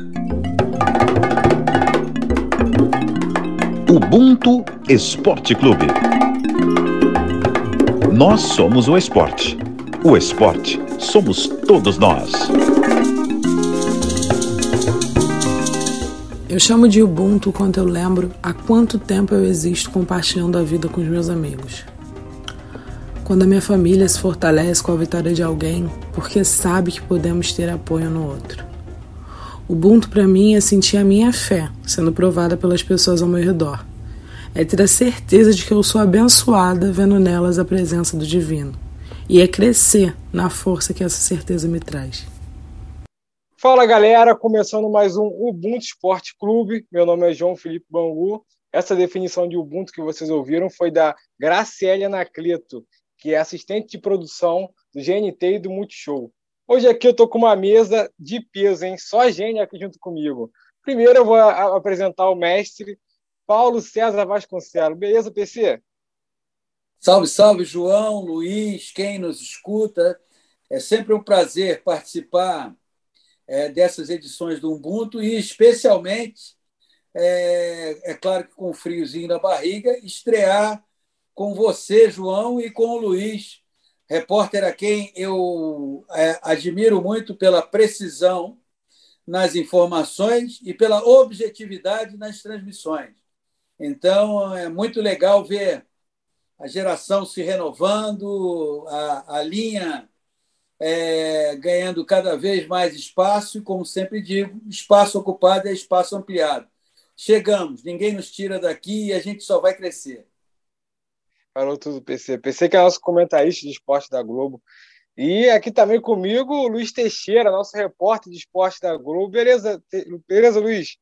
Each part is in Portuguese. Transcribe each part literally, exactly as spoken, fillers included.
Ubuntu Esporte Clube. Nós somos o esporte. O esporte somos todos nós. Eu chamo de Ubuntu quando eu lembro há quanto tempo eu existo compartilhando a vida com os meus amigos. Quando a minha família se fortalece com a vitória de alguém, porque sabe que podemos ter apoio no outro. Ubuntu para mim é sentir a minha fé sendo provada pelas pessoas ao meu redor. É ter a certeza de que eu sou abençoada vendo nelas a presença do divino. E é crescer na força que essa certeza me traz. Fala galera, começando mais um Ubuntu Esporte Clube. Meu nome é João Felipe Bangu. Essa definição de Ubuntu que vocês ouviram foi da Graciele Anacleto, que é assistente de produção do G N T e do Multishow. Hoje aqui eu tô com uma mesa de peso, hein? Só gênio aqui junto comigo. Primeiro eu vou a- apresentar o mestre Paulo César Vasconcelos. Beleza, P C? Salve, salve, João, Luiz, quem nos escuta. É sempre um prazer participar é, dessas edições do Ubuntu e, especialmente, é, é claro que com um friozinho na barriga, estrear com você, João, e com o Luiz, repórter a quem eu é, admiro muito pela precisão nas informações e pela objetividade nas transmissões. Então, é muito legal ver a geração se renovando, a, a linha é, ganhando cada vez mais espaço e, como sempre digo, espaço ocupado é espaço ampliado. Chegamos, ninguém nos tira daqui e a gente só vai crescer. Falou tudo, P C. P C que é nosso comentarista de esporte da Globo. E aqui também comigo o Luiz Teixeira, nosso repórter de esporte da Globo. Beleza, Te- beleza, Luiz?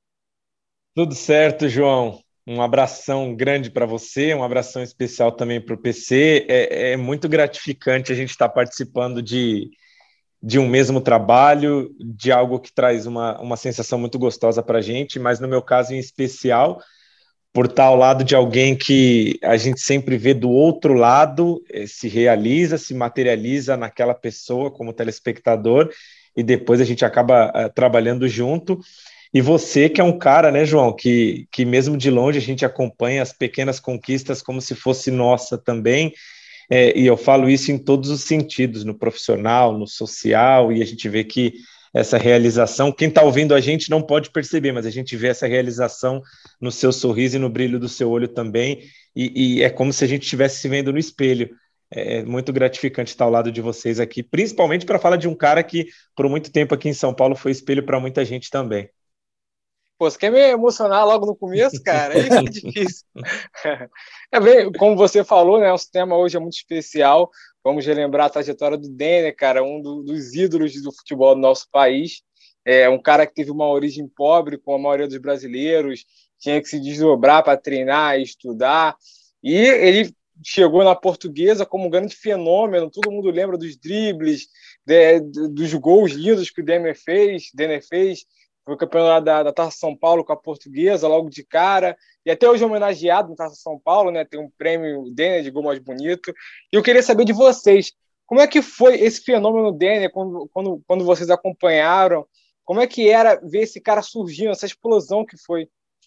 Tudo certo, João. Um abração grande para você, um abração especial também para o P C. É, é muito gratificante a gente estar participando de, de um mesmo trabalho, de algo que traz uma, uma sensação muito gostosa para a gente, mas no meu caso em especial, por estar ao lado de alguém que a gente sempre vê do outro lado, eh, se realiza, se materializa naquela pessoa como telespectador, e depois a gente acaba eh, trabalhando junto. E você que é um cara, né, João, que, que mesmo de longe a gente acompanha as pequenas conquistas como se fosse nossa também, é, e eu falo isso em todos os sentidos, no profissional, no social, e a gente vê que essa realização, quem está ouvindo a gente não pode perceber, mas a gente vê essa realização no seu sorriso e no brilho do seu olho também, e, e é como se a gente estivesse se vendo no espelho. É muito gratificante estar ao lado de vocês aqui, principalmente para falar de um cara que por muito tempo aqui em São Paulo foi espelho para muita gente também. Pô, você quer me emocionar logo no começo, cara? Isso é difícil. É bem, como você falou, né? Nosso tema hoje é muito especial. Vamos relembrar a trajetória do Denner, cara, um do- dos ídolos do futebol do nosso país. É um cara que teve uma origem pobre, como a maioria dos brasileiros, tinha que se desdobrar para treinar e estudar. E ele chegou na Portuguesa como um grande fenômeno. Todo mundo lembra dos dribles, de- dos gols lindos que o Denner fez. Denner fez. Foi campeão lá da, da Taça São Paulo com a Portuguesa, logo de cara. E até hoje é homenageado na Taça São Paulo, né? Tem um prêmio Denner de gol mais bonito. E eu queria saber de vocês, como é que foi esse fenômeno Denner quando, quando, quando vocês acompanharam? Como é que era ver esse cara surgindo, essa explosão que foi?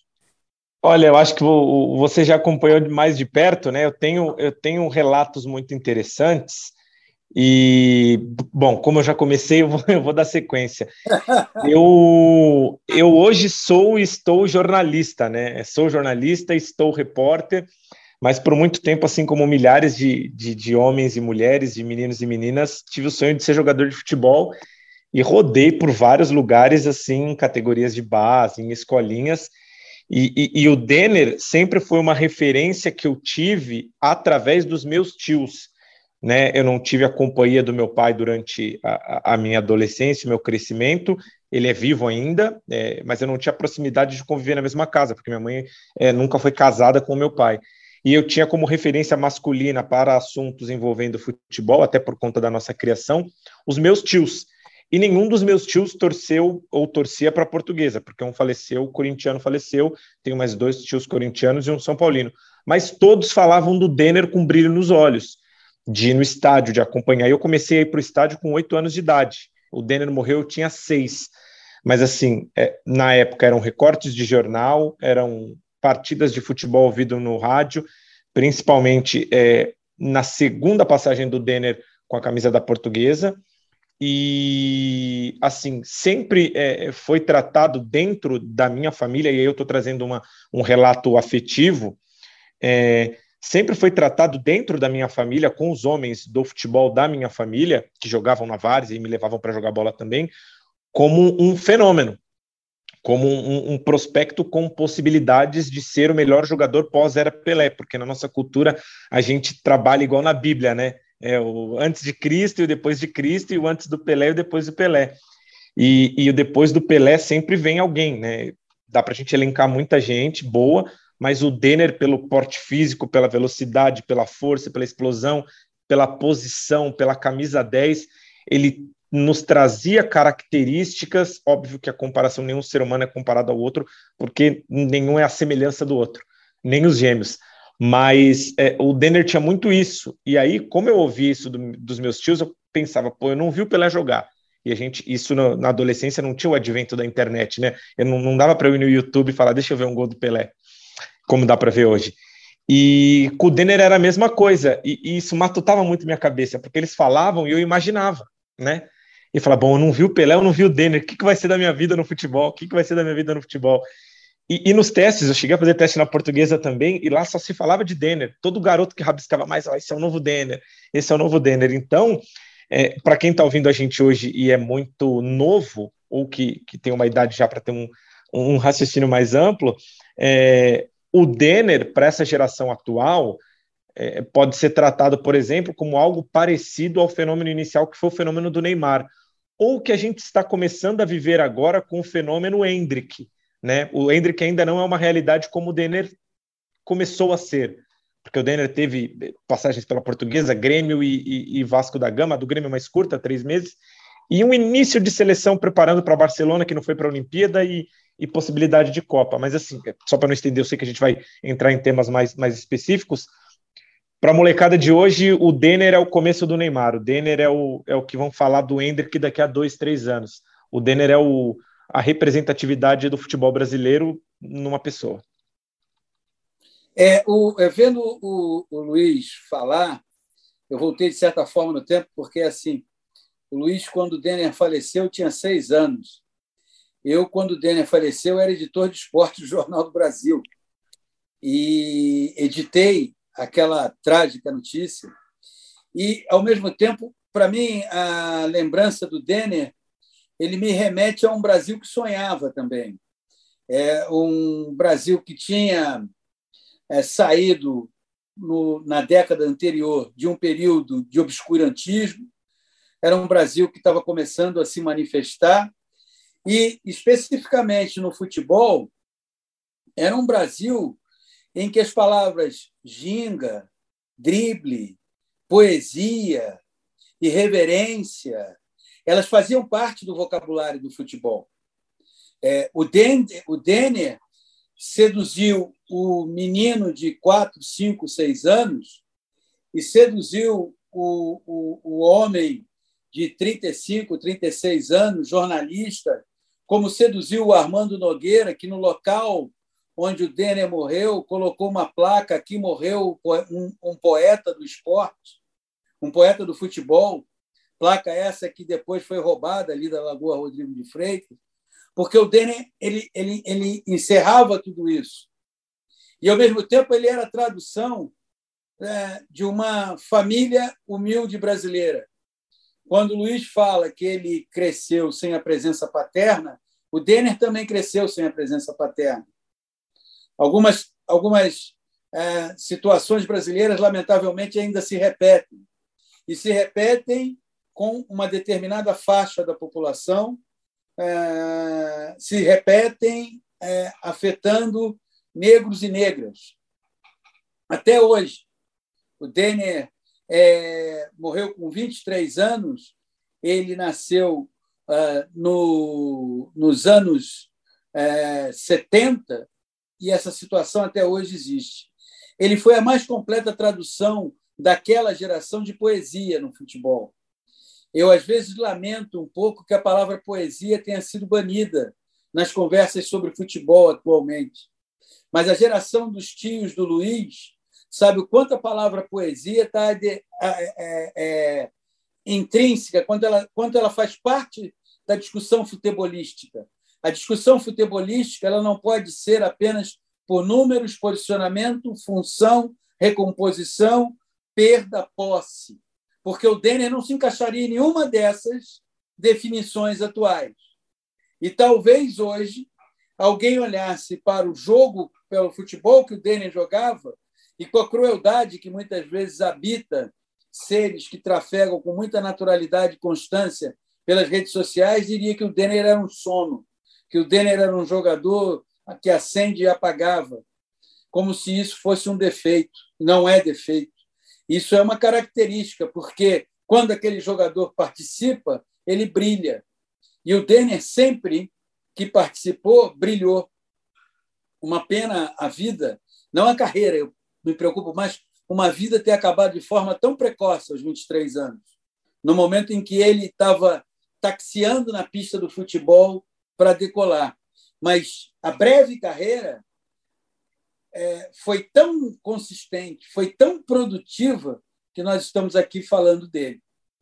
Olha, eu acho que vo- você já acompanhou mais de perto, né? Eu tenho, eu tenho relatos muito interessantes e, bom, como eu já comecei, eu vou, eu vou dar sequência. Eu, eu hoje sou e estou jornalista, né? Sou jornalista, estou repórter, mas por muito tempo, assim como milhares de, de, de homens e mulheres, de meninos e meninas, tive o sonho de ser jogador de futebol e rodei por vários lugares, assim, em categorias de base, em escolinhas, e, e, e o Denner sempre foi uma referência que eu tive através dos meus tios, né? Eu não tive a companhia do meu pai durante a, a minha adolescência, o meu crescimento. Ele é vivo ainda, é, mas eu não tinha proximidade de conviver na mesma casa, porque minha mãe é, nunca foi casada com o meu pai. E eu tinha como referência masculina para assuntos envolvendo futebol, até por conta da nossa criação, os meus tios. E nenhum dos meus tios torceu ou torcia para a Portuguesa, porque um faleceu, o corintiano faleceu, tenho mais dois tios corintianos e um São Paulino. Mas todos falavam do Denner com brilho nos olhos, de ir no estádio, de acompanhar. Eu comecei a ir para o estádio com oito anos de idade. O Denner morreu, eu tinha seis. mas assim, é, na época eram recortes de jornal, eram partidas de futebol ouvido no rádio, principalmente é, na segunda passagem do Denner com a camisa da Portuguesa, e assim, sempre é, foi tratado dentro da minha família, e aí eu estou trazendo uma, um relato afetivo, é, sempre foi tratado dentro da minha família, com os homens do futebol da minha família, que jogavam na várzea e me levavam para jogar bola também, como um fenômeno, como um, um prospecto com possibilidades de ser o melhor jogador pós-era Pelé, porque na nossa cultura a gente trabalha igual na Bíblia, né? É o antes de Cristo e o depois de Cristo, e o antes do Pelé e o depois do Pelé. E, e o depois do Pelé sempre vem alguém, né? Dá para a gente elencar muita gente boa, mas o Denner, pelo porte físico, pela velocidade, pela força, pela explosão, pela posição, pela camisa dez, ele nos trazia características, óbvio que a comparação, nenhum ser humano é comparado ao outro, porque nenhum é a semelhança do outro, nem os gêmeos, mas é, o Denner tinha muito isso, e aí, como eu ouvi isso do, dos meus tios, eu pensava, pô, eu não vi o Pelé jogar, e a gente, isso na, na adolescência não tinha o advento da internet, né, eu não, não dava para eu ir no YouTube e falar, deixa eu ver um gol do Pelé, como dá para ver hoje. E com o Denner era a mesma coisa, e, e isso matutava muito minha cabeça, porque eles falavam e eu imaginava, né? E falava, bom, eu não vi o Pelé, eu não vi o Denner, o que, que vai ser da minha vida no futebol? O que, que vai ser da minha vida no futebol? E, e nos testes, eu cheguei a fazer teste na Portuguesa também, e lá só se falava de Denner. Todo garoto que rabiscava mais, oh, esse é o novo Denner, esse é o novo Denner. Então, é, para quem está ouvindo a gente hoje e é muito novo, ou que, que tem uma idade já para ter um, um raciocínio mais amplo, é, o Denner, para essa geração atual, é, pode ser tratado, por exemplo, como algo parecido ao fenômeno inicial, que foi o fenômeno do Neymar, ou que a gente está começando a viver agora com o fenômeno Endrick, né? O Endrick ainda não é uma realidade como o Denner começou a ser, porque o Denner teve passagens pela Portuguesa, Grêmio e, e, e Vasco da Gama, do Grêmio mais curta, três meses, e um início de seleção preparando para Barcelona, que não foi para a Olimpíada, e, e possibilidade de Copa. Mas assim, só para não estender, eu sei que a gente vai entrar em temas mais, mais específicos. Para a molecada de hoje, o Denner é o começo do Neymar, o Denner é o, é o que vão falar do Endrick daqui a dois, três anos. O Denner é o, a representatividade do futebol brasileiro numa pessoa. É, o, é, vendo o, o Luiz falar, eu voltei de certa forma no tempo, porque assim, o Luiz, quando o Denner faleceu, tinha seis anos. Eu, quando o Denner faleceu, era editor de esporte do Jornal do Brasil. E editei aquela trágica notícia. E, ao mesmo tempo, para mim, a lembrança do Denner, ele me remete a um Brasil que sonhava também. É um Brasil que tinha é, saído, no, na década anterior, de um período de obscurantismo. Era um Brasil que estava começando a se manifestar. E, especificamente no futebol, era um Brasil em que as palavras ginga, drible, poesia, irreverência, elas faziam parte do vocabulário do futebol. É, o Denner, o Denner seduziu o menino de quatro, cinco, seis anos e seduziu o, o, o homem de trinta e cinco, trinta e seis anos, jornalista, como seduziu o Armando Nogueira, que no local onde o Denner morreu, colocou uma placa: aqui morreu um, um poeta do esporte, um poeta do futebol, placa essa que depois foi roubada ali da Lagoa Rodrigo de Freitas, porque o Denner ele, ele, ele encerrava tudo isso. E, ao mesmo tempo, ele era a tradução é, de uma família humilde brasileira. Quando o Luiz fala que ele cresceu sem a presença paterna, o Denner também cresceu sem a presença paterna. Algumas, algumas é, situações brasileiras, lamentavelmente, ainda se repetem. E se repetem com uma determinada faixa da população, é, se repetem é, afetando negros e negras. Até hoje, o Denner é, morreu com vinte e três anos, ele nasceu é, no, nos anos é, setenta, e essa situação até hoje existe. Ele foi a mais completa tradução daquela geração de poesia no futebol. Eu, às vezes, lamento um pouco que a palavra poesia tenha sido banida nas conversas sobre futebol atualmente. Mas a geração dos tios do Luiz sabe o quanto a palavra poesia está é, é, é, intrínseca, quando ela, quando ela faz parte da discussão futebolística. A discussão futebolística ela não pode ser apenas por números, posicionamento, função, recomposição, perda, posse, porque o Denner não se encaixaria em nenhuma dessas definições atuais. E talvez hoje alguém olhasse para o jogo, pelo futebol que o Denner jogava, e com a crueldade que muitas vezes habita seres que trafegam com muita naturalidade e constância pelas redes sociais, diria que o Denner era um sono, que o Denner era um jogador que acende e apagava, como se isso fosse um defeito. Não é defeito. Isso é uma característica, porque quando aquele jogador participa, ele brilha. E o Denner, sempre que participou, brilhou. Uma pena a vida, não a carreira, eu me preocupo mais, uma vida ter acabado de forma tão precoce aos vinte e três anos, no momento em que ele estava taxiando na pista do futebol para decolar. Mas a breve carreira é, foi tão consistente, foi tão produtiva, que nós estamos aqui falando dele.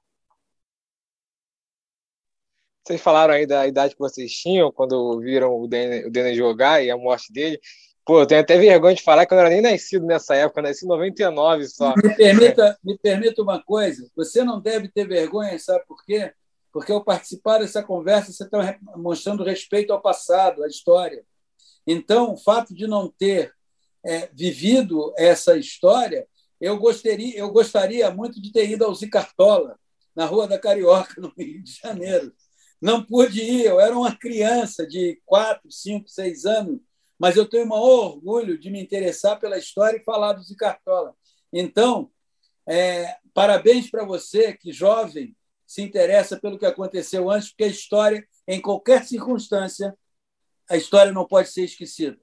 Vocês falaram aí da idade que vocês tinham quando viram o Denner, o Denner jogar e a morte dele. Pô, eu tenho até vergonha de falar que eu não era nem nascido nessa época, eu nasci em noventa e nove só. Me permita, me permita uma coisa, você não deve ter vergonha, sabe por quê? Porque ao participar dessa conversa, você está mostrando respeito ao passado, à história. Então, o fato de não ter é, vivido essa história, eu gostaria, eu gostaria muito de ter ido ao Zicartola, na Rua da Carioca, no Rio de Janeiro. Não pude ir, eu era uma criança de quatro, cinco, seis anos, mas eu tenho o maior orgulho de me interessar pela história e falar do Zicartola. Então, é, parabéns para você, que jovem se interessa pelo que aconteceu antes, porque a história, em qualquer circunstância, a história não pode ser esquecida.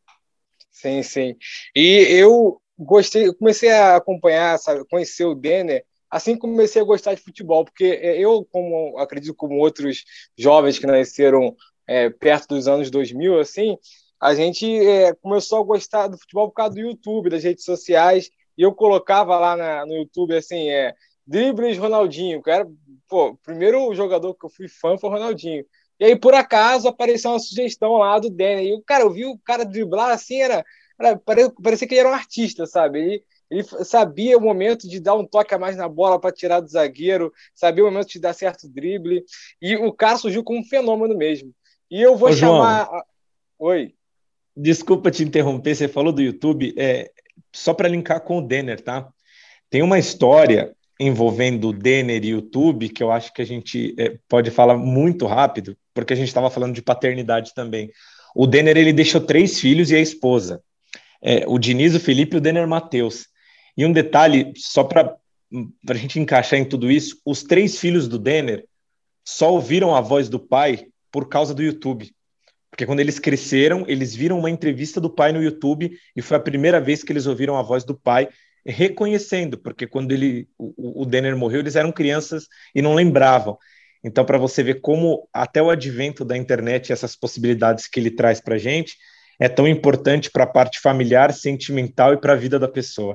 Sim, sim. E eu gostei, comecei a acompanhar, sabe, conhecer o Denner, assim comecei a gostar de futebol, porque eu, como acredito como outros jovens que nasceram é, perto dos anos dois mil, assim, a gente é, começou a gostar do futebol por causa do YouTube, das redes sociais, e eu colocava lá na, no YouTube, assim, é, dribles Ronaldinho, que era, pô, o primeiro jogador que eu fui fã foi o Ronaldinho. E aí, por acaso, apareceu uma sugestão lá do Denner, e o cara, eu vi o cara driblar, assim, era, era parecia, parecia que ele era um artista, sabe? Ele, ele sabia o momento de dar um toque a mais na bola para tirar do zagueiro, sabia o momento de dar certo drible, e o cara surgiu como um fenômeno mesmo. E eu vou Ô, chamar... João, Oi. Desculpa te interromper, você falou do YouTube, é, só para linkar com o Denner, tá? Tem uma história envolvendo o Denner e o YouTube que eu acho que a gente é, pode falar muito rápido, porque a gente estava falando de paternidade também. O Denner, ele deixou três filhos e a esposa. É, o Diniz, o Felipe e o Denner Matheus. E um detalhe, só para a gente encaixar em tudo isso, os três filhos do Denner só ouviram a voz do pai por causa do YouTube. Porque quando eles cresceram, eles viram uma entrevista do pai no YouTube e foi a primeira vez que eles ouviram a voz do pai reconhecendo, porque quando ele, o, o Denner morreu, eles eram crianças e não lembravam. Então, para você ver como até o advento da internet, essas possibilidades que ele traz para a gente, é tão importante para a parte familiar, sentimental e para a vida da pessoa.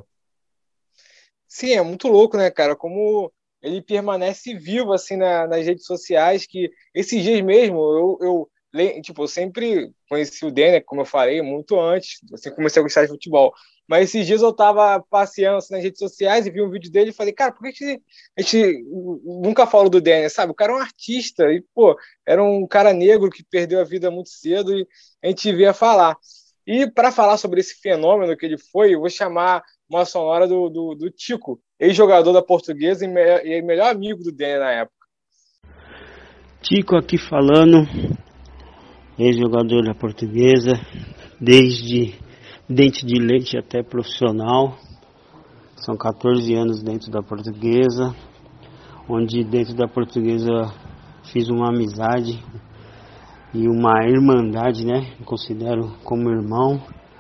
Sim, é muito louco, né, cara? Como ele permanece vivo, assim, na, nas redes sociais, que esses dias mesmo, eu, eu, tipo, eu sempre conheci o Denner, como eu falei, muito antes, assim, comecei a gostar de futebol. Mas esses dias eu tava passeando assim, nas redes sociais e vi um vídeo dele e falei, cara, por que a gente, a gente nunca falou do Denner, sabe? O cara é um artista e, pô, era um cara negro que perdeu a vida muito cedo e a gente via falar. E para falar sobre esse fenômeno que ele foi, eu vou chamar uma sonora do, do, do Tico, ex-jogador da Portuguesa e, me, e melhor amigo do Denner na época. Tico aqui falando, ex-jogador da Portuguesa, desde dente de leite até profissional. São quatorze anos dentro da Portuguesa, onde dentro da Portuguesa fiz uma amizade e uma irmandade, né? Me considero como irmão,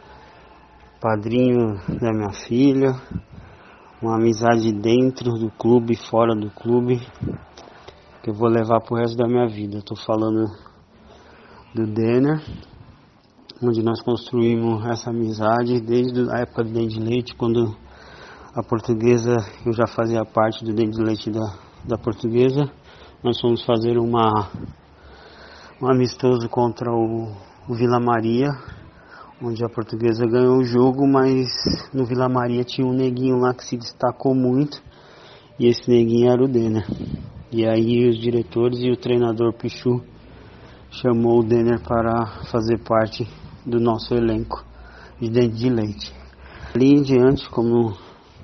padrinho da minha filha, uma amizade dentro do clube e fora do clube. que eu vou levar pro resto da minha vida. Estou falando do Denner, onde nós construímos essa amizade desde a época do Dente de Leite, quando a Portuguesa, eu já fazia parte do Dente de Leite da, da Portuguesa. Nós fomos fazer uma, um amistoso contra o, o Vila Maria, onde a Portuguesa ganhou o jogo, mas no Vila Maria tinha um neguinho lá que se destacou muito, e esse neguinho era o Denner. E aí os diretores e o treinador Pichu chamou o Denner para fazer parte do nosso elenco de Dente de Leite. Ali em diante, como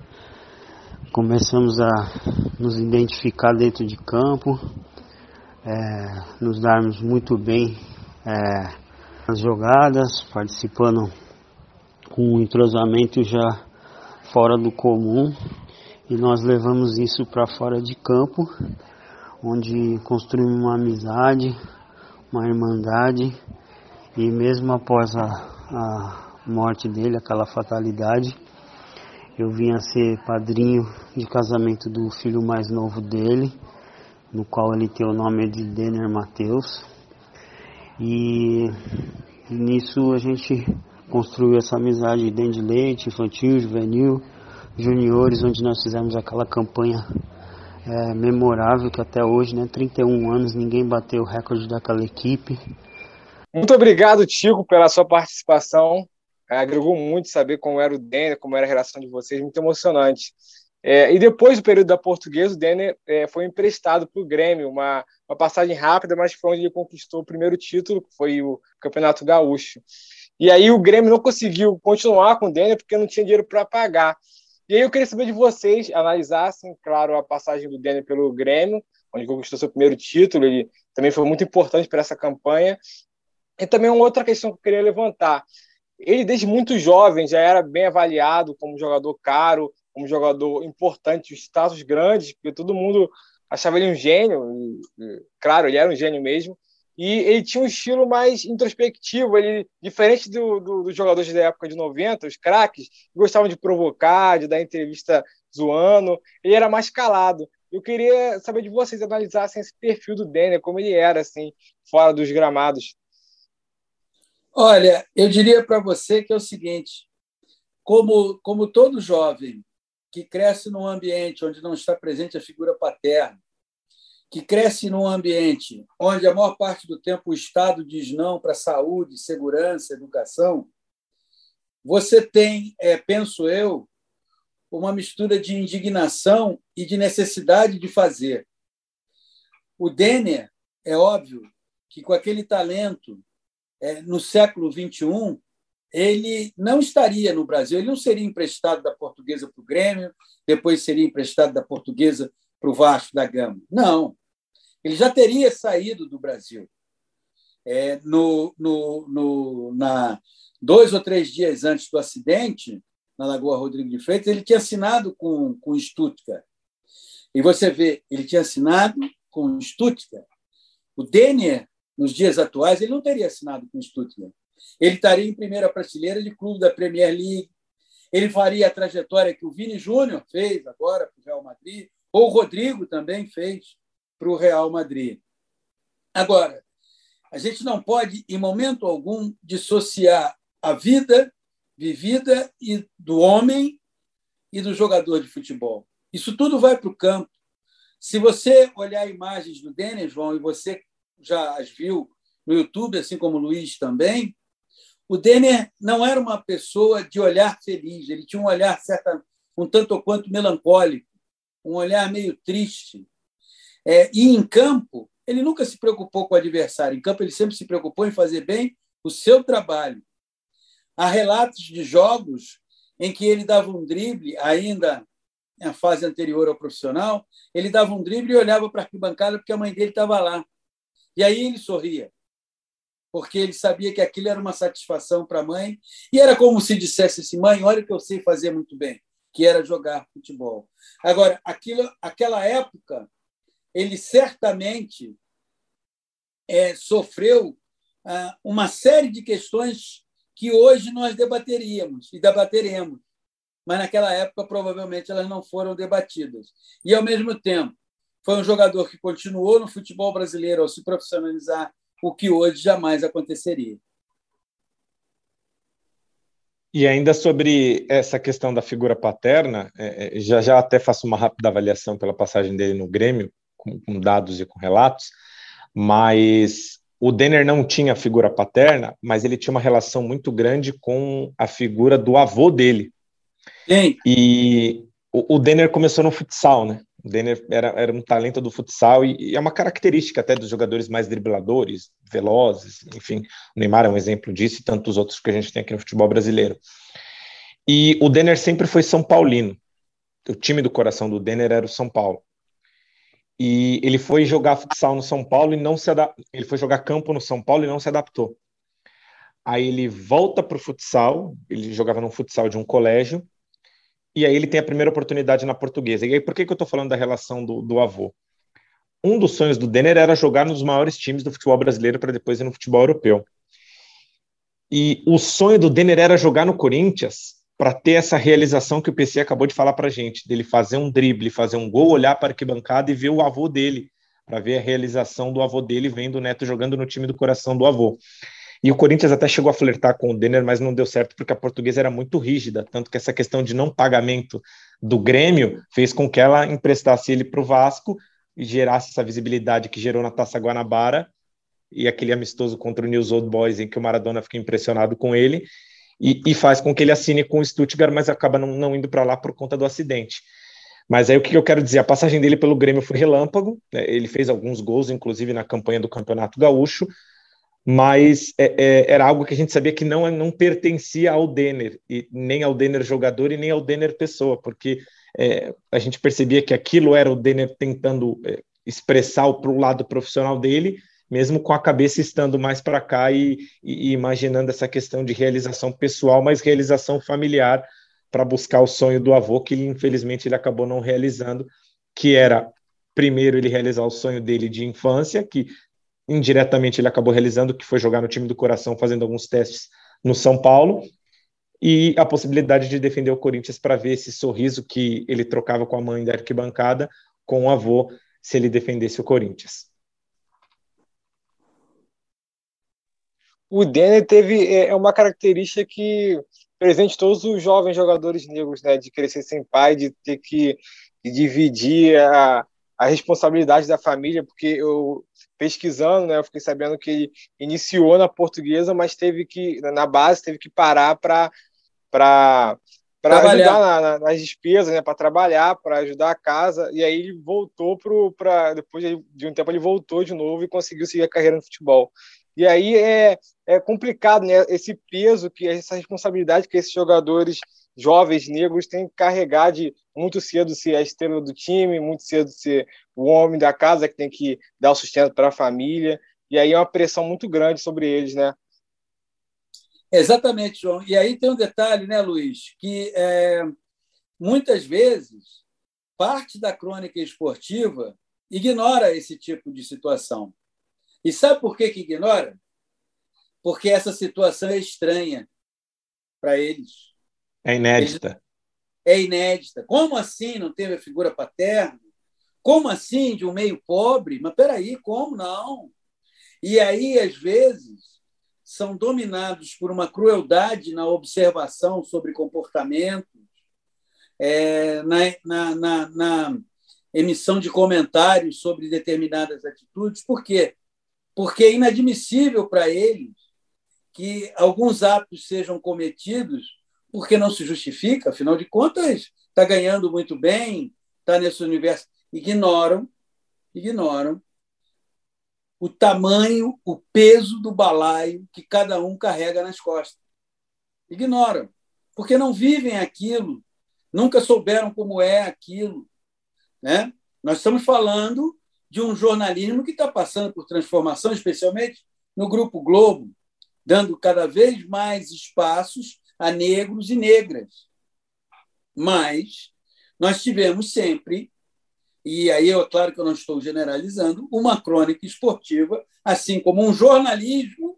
começamos a nos identificar dentro de campo, é, nos darmos muito bem é, nas jogadas, participando com um entrosamento já fora do comum, e nós levamos isso para fora de campo, onde construímos uma amizade, uma irmandade, e mesmo após a, a morte dele, aquela fatalidade, eu vim a ser padrinho de casamento do filho mais novo dele, no qual ele tem o nome de Denner Matheus. E, e nisso a gente construiu essa amizade de Dente de Leite, infantil, juvenil, juniores, onde nós fizemos aquela campanha é, memorável, que até hoje, né, trinta e um anos, ninguém bateu o recorde daquela equipe. Muito obrigado, Tico, pela sua participação. Agregou muito saber como era o Denner, como era a relação de vocês, muito emocionante. É, e depois do período da Portuguesa, o Denner é, foi emprestado para o Grêmio, uma, uma passagem rápida, mas foi onde ele conquistou o primeiro título, que foi o Campeonato Gaúcho. E aí o Grêmio não conseguiu continuar com o Denner porque não tinha dinheiro para pagar. E aí eu queria saber de vocês, analisassem, claro, a passagem do Denner pelo Grêmio, onde conquistou seu primeiro título, ele também foi muito importante para essa campanha. E também uma outra questão que eu queria levantar. Ele, desde muito jovem, já era bem avaliado como jogador caro, como jogador importante, status grandes, porque todo mundo achava ele um gênio, e, e, claro, ele era um gênio mesmo, e ele tinha um estilo mais introspectivo, ele, diferente do, do, dos jogadores da época de noventa, os craques, gostavam de provocar, de dar entrevista zoando, ele era mais calado. Eu queria saber de vocês, analisassem esse perfil do Denner, como ele era, assim, fora dos gramados. Olha, eu diria para você que é o seguinte, como, como todo jovem que cresce num ambiente onde não está presente a figura paterna, que cresce num ambiente onde a maior parte do tempo o Estado diz não para saúde, segurança, educação, você tem, é, penso eu, uma mistura de indignação e de necessidade de fazer. O Denner, é óbvio que com aquele talento, É, no século vinte e um, ele não estaria no Brasil, ele não seria emprestado da Portuguesa para o Grêmio, depois seria emprestado da Portuguesa para o Vasco da Gama. Não, ele já teria saído do Brasil. É, no, no, no, na, dois ou três dias antes do acidente, na Lagoa Rodrigo de Freitas, ele tinha assinado com o Stuttgart. E você vê, ele tinha assinado com o Stuttgart. O Denner, nos dias atuais, ele não teria assinado com o Stuttgart. Ele estaria em primeira prateleira de clube da Premier League. Ele faria a trajetória que o Vini Júnior fez agora para o Real Madrid, ou o Rodrigo também fez para o Real Madrid. Agora, a gente não pode, em momento algum, dissociar a vida vivida e do homem e do jogador de futebol. Isso tudo vai para o campo. Se você olhar imagens do Denner, João, e você já as viu no YouTube, assim como o Luiz também, o Denner não era uma pessoa de olhar feliz, ele tinha um olhar certa, um tanto ou quanto melancólico, um olhar meio triste. É, e em campo, ele nunca se preocupou com o adversário, em campo ele sempre se preocupou em fazer bem o seu trabalho. Há relatos de jogos em que ele dava um drible, ainda na fase anterior ao profissional, ele dava um drible e olhava para a arquibancada porque a mãe dele estava lá. E aí ele sorria, porque ele sabia que aquilo era uma satisfação para a mãe, e era como se dissesse assim, mãe, olha o que eu sei fazer muito bem, que era jogar futebol. Agora, aquilo, aquela época, ele certamente é, sofreu ah, uma série de questões que hoje nós debateríamos e debateremos, mas naquela época provavelmente elas não foram debatidas. E, ao mesmo tempo, Foi um jogador que continuou no futebol brasileiro ao se profissionalizar, o que hoje jamais aconteceria. E ainda sobre essa questão da figura paterna, é, já já até faço uma rápida avaliação pela passagem dele no Grêmio, com, com dados e com relatos, mas o Denner não tinha figura paterna, mas ele tinha uma relação muito grande com a figura do avô dele. Sim. E o, o Denner começou no futsal, né? O Denner era, era um talento do futsal e, e é uma característica até dos jogadores mais dribladores, velozes, enfim, o Neymar é um exemplo disso e tantos outros que a gente tem aqui no futebol brasileiro. E o Denner sempre foi São Paulino. O time do coração do Denner era o São Paulo. E ele foi jogar futsal no São Paulo e não se adaptou. Ele foi jogar campo no São Paulo e não se adaptou. Aí ele volta para o futsal, ele jogava num futsal de um colégio, e aí ele tem a primeira oportunidade na Portuguesa. E aí por que, que eu estou falando da relação do, do avô? Um dos sonhos do Denner era jogar nos maiores times do futebol brasileiro para depois ir no futebol europeu. E o sonho do Denner era jogar no Corinthians para ter essa realização que o P C acabou de falar para a gente, dele fazer um drible, fazer um gol, olhar para a arquibancada e ver o avô dele, para ver a realização do avô dele vendo o neto jogando no time do coração do avô. E o Corinthians até chegou a flertar com o Denner, mas não deu certo porque a Portuguesa era muito rígida, tanto que essa questão de não pagamento do Grêmio fez com que ela emprestasse ele para o Vasco e gerasse essa visibilidade que gerou na Taça Guanabara e aquele amistoso contra o News Old Boys em que o Maradona fica impressionado com ele e, e faz com que ele assine com o Stuttgart, mas acaba não, não indo para lá por conta do acidente. Mas aí o que eu quero dizer, a passagem dele pelo Grêmio foi relâmpago, né? Ele fez alguns gols, inclusive na campanha do Campeonato Gaúcho, mas é, é, era algo que a gente sabia que não, não pertencia ao Denner, e nem ao Denner jogador e nem ao Denner pessoa, porque é, a gente percebia que aquilo era o Denner tentando é, expressar para o lado profissional dele, mesmo com a cabeça estando mais para cá e, e, e imaginando essa questão de realização pessoal, mas realização familiar, para buscar o sonho do avô, que ele, infelizmente ele acabou não realizando, que era, primeiro, ele realizar o sonho dele de infância, que indiretamente ele acabou realizando, que foi jogar no time do coração, fazendo alguns testes no São Paulo, e a possibilidade de defender o Corinthians para ver esse sorriso que ele trocava com a mãe da arquibancada, com o avô, se ele defendesse o Corinthians. O Denner teve é, uma característica que presente todos os jovens jogadores negros, né, de crescer sem pai, de ter que de dividir a, a responsabilidade da família, porque eu pesquisando, né, eu fiquei sabendo que ele iniciou na Portuguesa, mas teve que, na base, teve que parar para para ajudar na, na, nas despesas, né, para trabalhar, para ajudar a casa, e aí ele voltou para, depois de um tempo ele voltou de novo e conseguiu seguir a carreira no futebol. E aí é, é complicado, né, esse peso, que essa responsabilidade que esses jogadores jovens negros têm que carregar de muito cedo ser a estrela do time, muito cedo ser o homem da casa que tem que dar o sustento para a família, e aí é uma pressão muito grande sobre eles, né? Exatamente, João. E aí tem um detalhe, né, Luiz, que é, muitas vezes parte da crônica esportiva ignora esse tipo de situação. E sabe por que que ignora? Porque essa situação é estranha para eles. É inédita. Eles... É inédita. Como assim não teve a figura paterna? Como assim de um meio pobre? Mas peraí, como não? E aí, às vezes, são dominados por uma crueldade na observação sobre comportamentos, é, na, na, na, na emissão de comentários sobre determinadas atitudes. Por quê? Porque é inadmissível para eles que alguns atos sejam cometidos porque não se justifica, afinal de contas, está ganhando muito bem, está nesse universo. Ignoram, ignoram o tamanho, o peso do balaio que cada um carrega nas costas. Ignoram, porque não vivem aquilo, nunca souberam como é aquilo, né? Nós estamos falando de um jornalismo que está passando por transformação, especialmente no Grupo Globo, dando cada vez mais espaços a negros e negras. Mas nós tivemos sempre, e aí é claro que eu não estou generalizando, uma crônica esportiva, assim como um jornalismo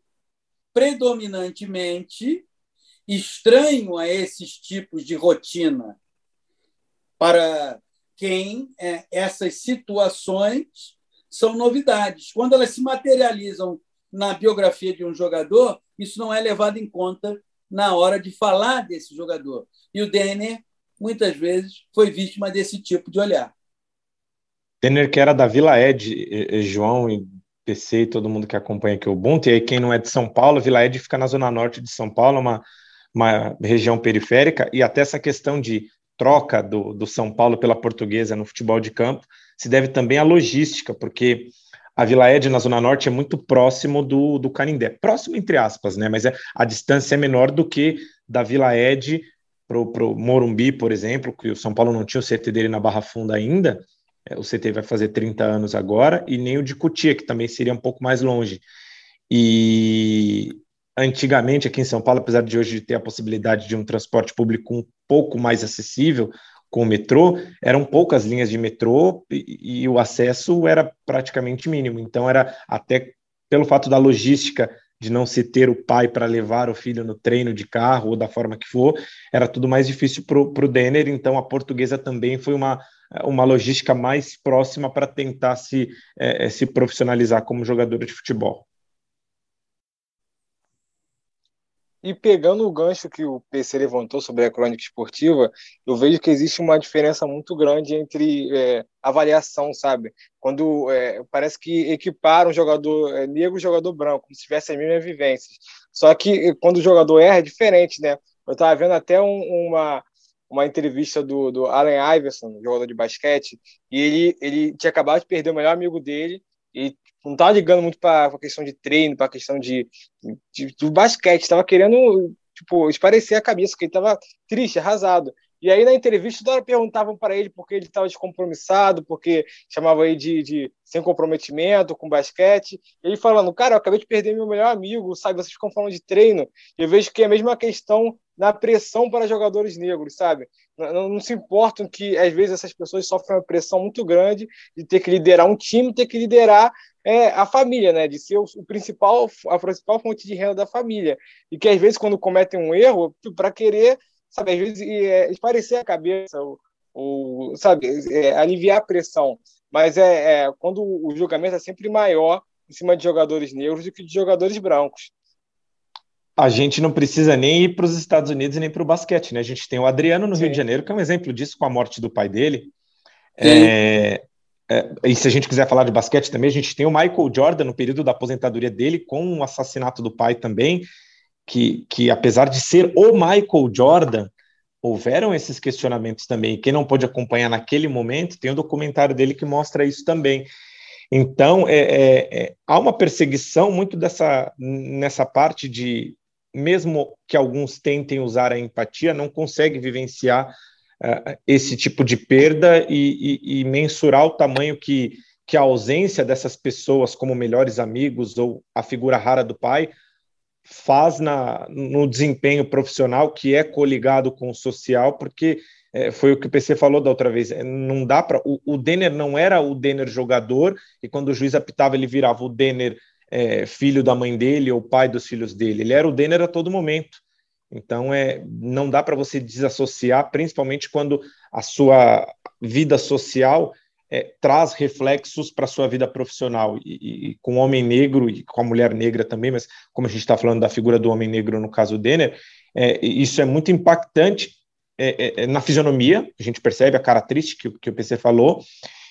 predominantemente estranho a esses tipos de rotina, para quem é, essas situações são novidades. Quando elas se materializam na biografia de um jogador, isso não é levado em conta na hora de falar desse jogador. E o Denner, muitas vezes, foi vítima desse tipo de olhar. Denner, que era da Vila Ed, e, e João e P C e todo mundo que acompanha aqui o Ubuntu, e aí quem não é de São Paulo, Vila Ed fica na zona norte de São Paulo, uma, uma região periférica, e até essa questão de troca do, do São Paulo pela Portuguesa no futebol de campo se deve também à logística, porque a Vila Ed, na Zona Norte, é muito próximo do, do Canindé. Próximo, entre aspas, né? Mas é, a distância é menor do que da Vila Ed para o Morumbi, por exemplo, que o São Paulo não tinha o C T dele na Barra Funda ainda. É, o C T vai fazer trinta anos agora, e nem o de Cotia, que também seria um pouco mais longe. E antigamente, aqui em São Paulo, apesar de hoje ter a possibilidade de um transporte público um pouco mais acessível, com o metrô, eram poucas linhas de metrô e, e o acesso era praticamente mínimo. Então, era até pelo fato da logística de não se ter o pai para levar o filho no treino de carro ou da forma que for, era tudo mais difícil para o Denner. Então, a Portuguesa também foi uma, uma logística mais próxima para tentar se, é, se profissionalizar como jogador de futebol. E pegando o gancho que o P C levantou sobre a crônica esportiva, eu vejo que existe uma diferença muito grande entre é, avaliação, sabe? Quando é, parece que equiparam um jogador é, negro e jogador branco, como se tivesse as mesmas vivências. Só que quando o jogador erra, é diferente, né? Eu estava vendo até um, uma, uma entrevista do, do Allen Iverson, jogador de basquete, e ele, ele tinha acabado de perder o melhor amigo dele, e não estava ligando muito para a questão de treino, para a questão de, de, de basquete, estava querendo tipo, esparecer a cabeça, porque ele estava triste, arrasado. E aí na entrevista toda hora perguntavam para ele porque ele estava descompromissado, porque chamava ele de, de sem comprometimento com basquete. E ele falando, cara, eu acabei de perder meu melhor amigo, sabe? Vocês ficam falando de treino. Eu vejo que é a mesma questão na pressão para jogadores negros, sabe? Não, não se importam que, às vezes, essas pessoas sofrem uma pressão muito grande de ter que liderar um time, ter que liderar é, a família, né? De ser o, o principal, a principal fonte de renda da família. E que, às vezes, quando cometem um erro, para querer, sabe, às vezes, é, esparecer a cabeça, ou, ou sabe, é, aliviar a pressão. Mas é, é quando o julgamento é sempre maior em cima de jogadores negros do que de jogadores brancos. A gente não precisa nem ir para os Estados Unidos e nem para o basquete, né? A gente tem o Adriano no Sim. Rio de Janeiro, que é um exemplo disso com a morte do pai dele. É, é, e se a gente quiser falar de basquete também, a gente tem o Michael Jordan no período da aposentadoria dele, com o assassinato do pai também, que, que apesar de ser o Michael Jordan, houveram esses questionamentos também. Quem não pôde acompanhar naquele momento, tem um documentário dele que mostra isso também. Então, é, é, é, há uma perseguição muito dessa, nessa parte de, mesmo que alguns tentem usar a empatia, não consegue vivenciar uh, esse tipo de perda e, e, e mensurar o tamanho que, que a ausência dessas pessoas como melhores amigos ou a figura rara do pai faz na, no desempenho profissional, que é coligado com o social, porque é, foi o que o P C falou da outra vez, é, não dá para... O, o Denner não era o Denner jogador, e quando o juiz apitava ele virava o Denner é, filho da mãe dele ou pai dos filhos dele, ele era o Denner a todo momento. Então é, não dá para você desassociar, principalmente quando a sua vida social é, traz reflexos para a sua vida profissional, e, e com o homem negro e com a mulher negra também, mas como a gente está falando da figura do homem negro no caso do Denner, é, isso é muito impactante é, é, na fisionomia, a gente percebe a cara triste que, que o P C falou,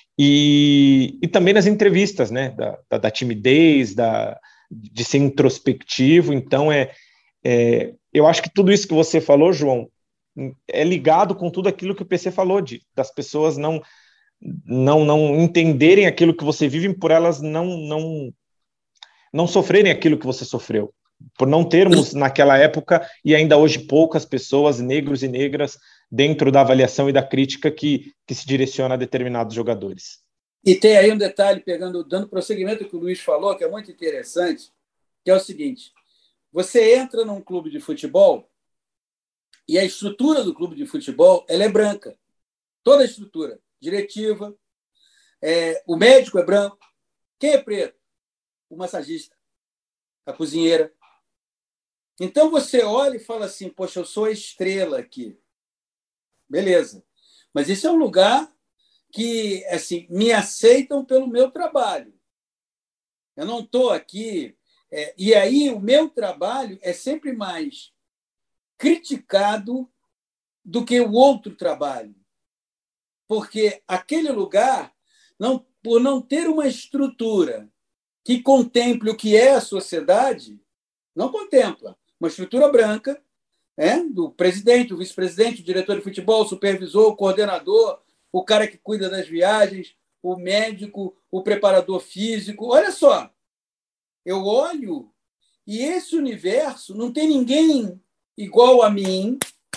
e, e também nas entrevistas, né, da, da, da timidez, da, de ser introspectivo. Então é, é, eu acho que tudo isso que você falou, João, é ligado com tudo aquilo que o P C falou, de, das pessoas não não, não entenderem aquilo que você vive, por elas não, não, não sofrerem aquilo que você sofreu, por não termos naquela época, e ainda hoje poucas pessoas, negros e negras, dentro da avaliação e da crítica que, que se direciona a determinados jogadores. E tem aí um detalhe, pegando, dando prosseguimento ao que o Luiz falou, que é muito interessante, que é o seguinte: você entra num clube de futebol e a estrutura do clube de futebol ela é branca, toda a estrutura diretiva, é, o médico é branco. Quem é preto? O massagista, a cozinheira. Então você olha e fala assim, poxa, eu sou a estrela aqui. Beleza. Mas isso é um lugar que assim me aceitam pelo meu trabalho. Eu não estou aqui... É, e aí o meu trabalho é sempre mais criticado do que o outro trabalho. Porque aquele lugar, não, por não ter uma estrutura que contemple o que é a sociedade, não contempla. Uma estrutura branca, é, do presidente, o vice-presidente, o diretor de futebol, o supervisor, o coordenador, o cara que cuida das viagens, o médico, o preparador físico. Olha só, eu olho e esse universo não tem ninguém igual a mim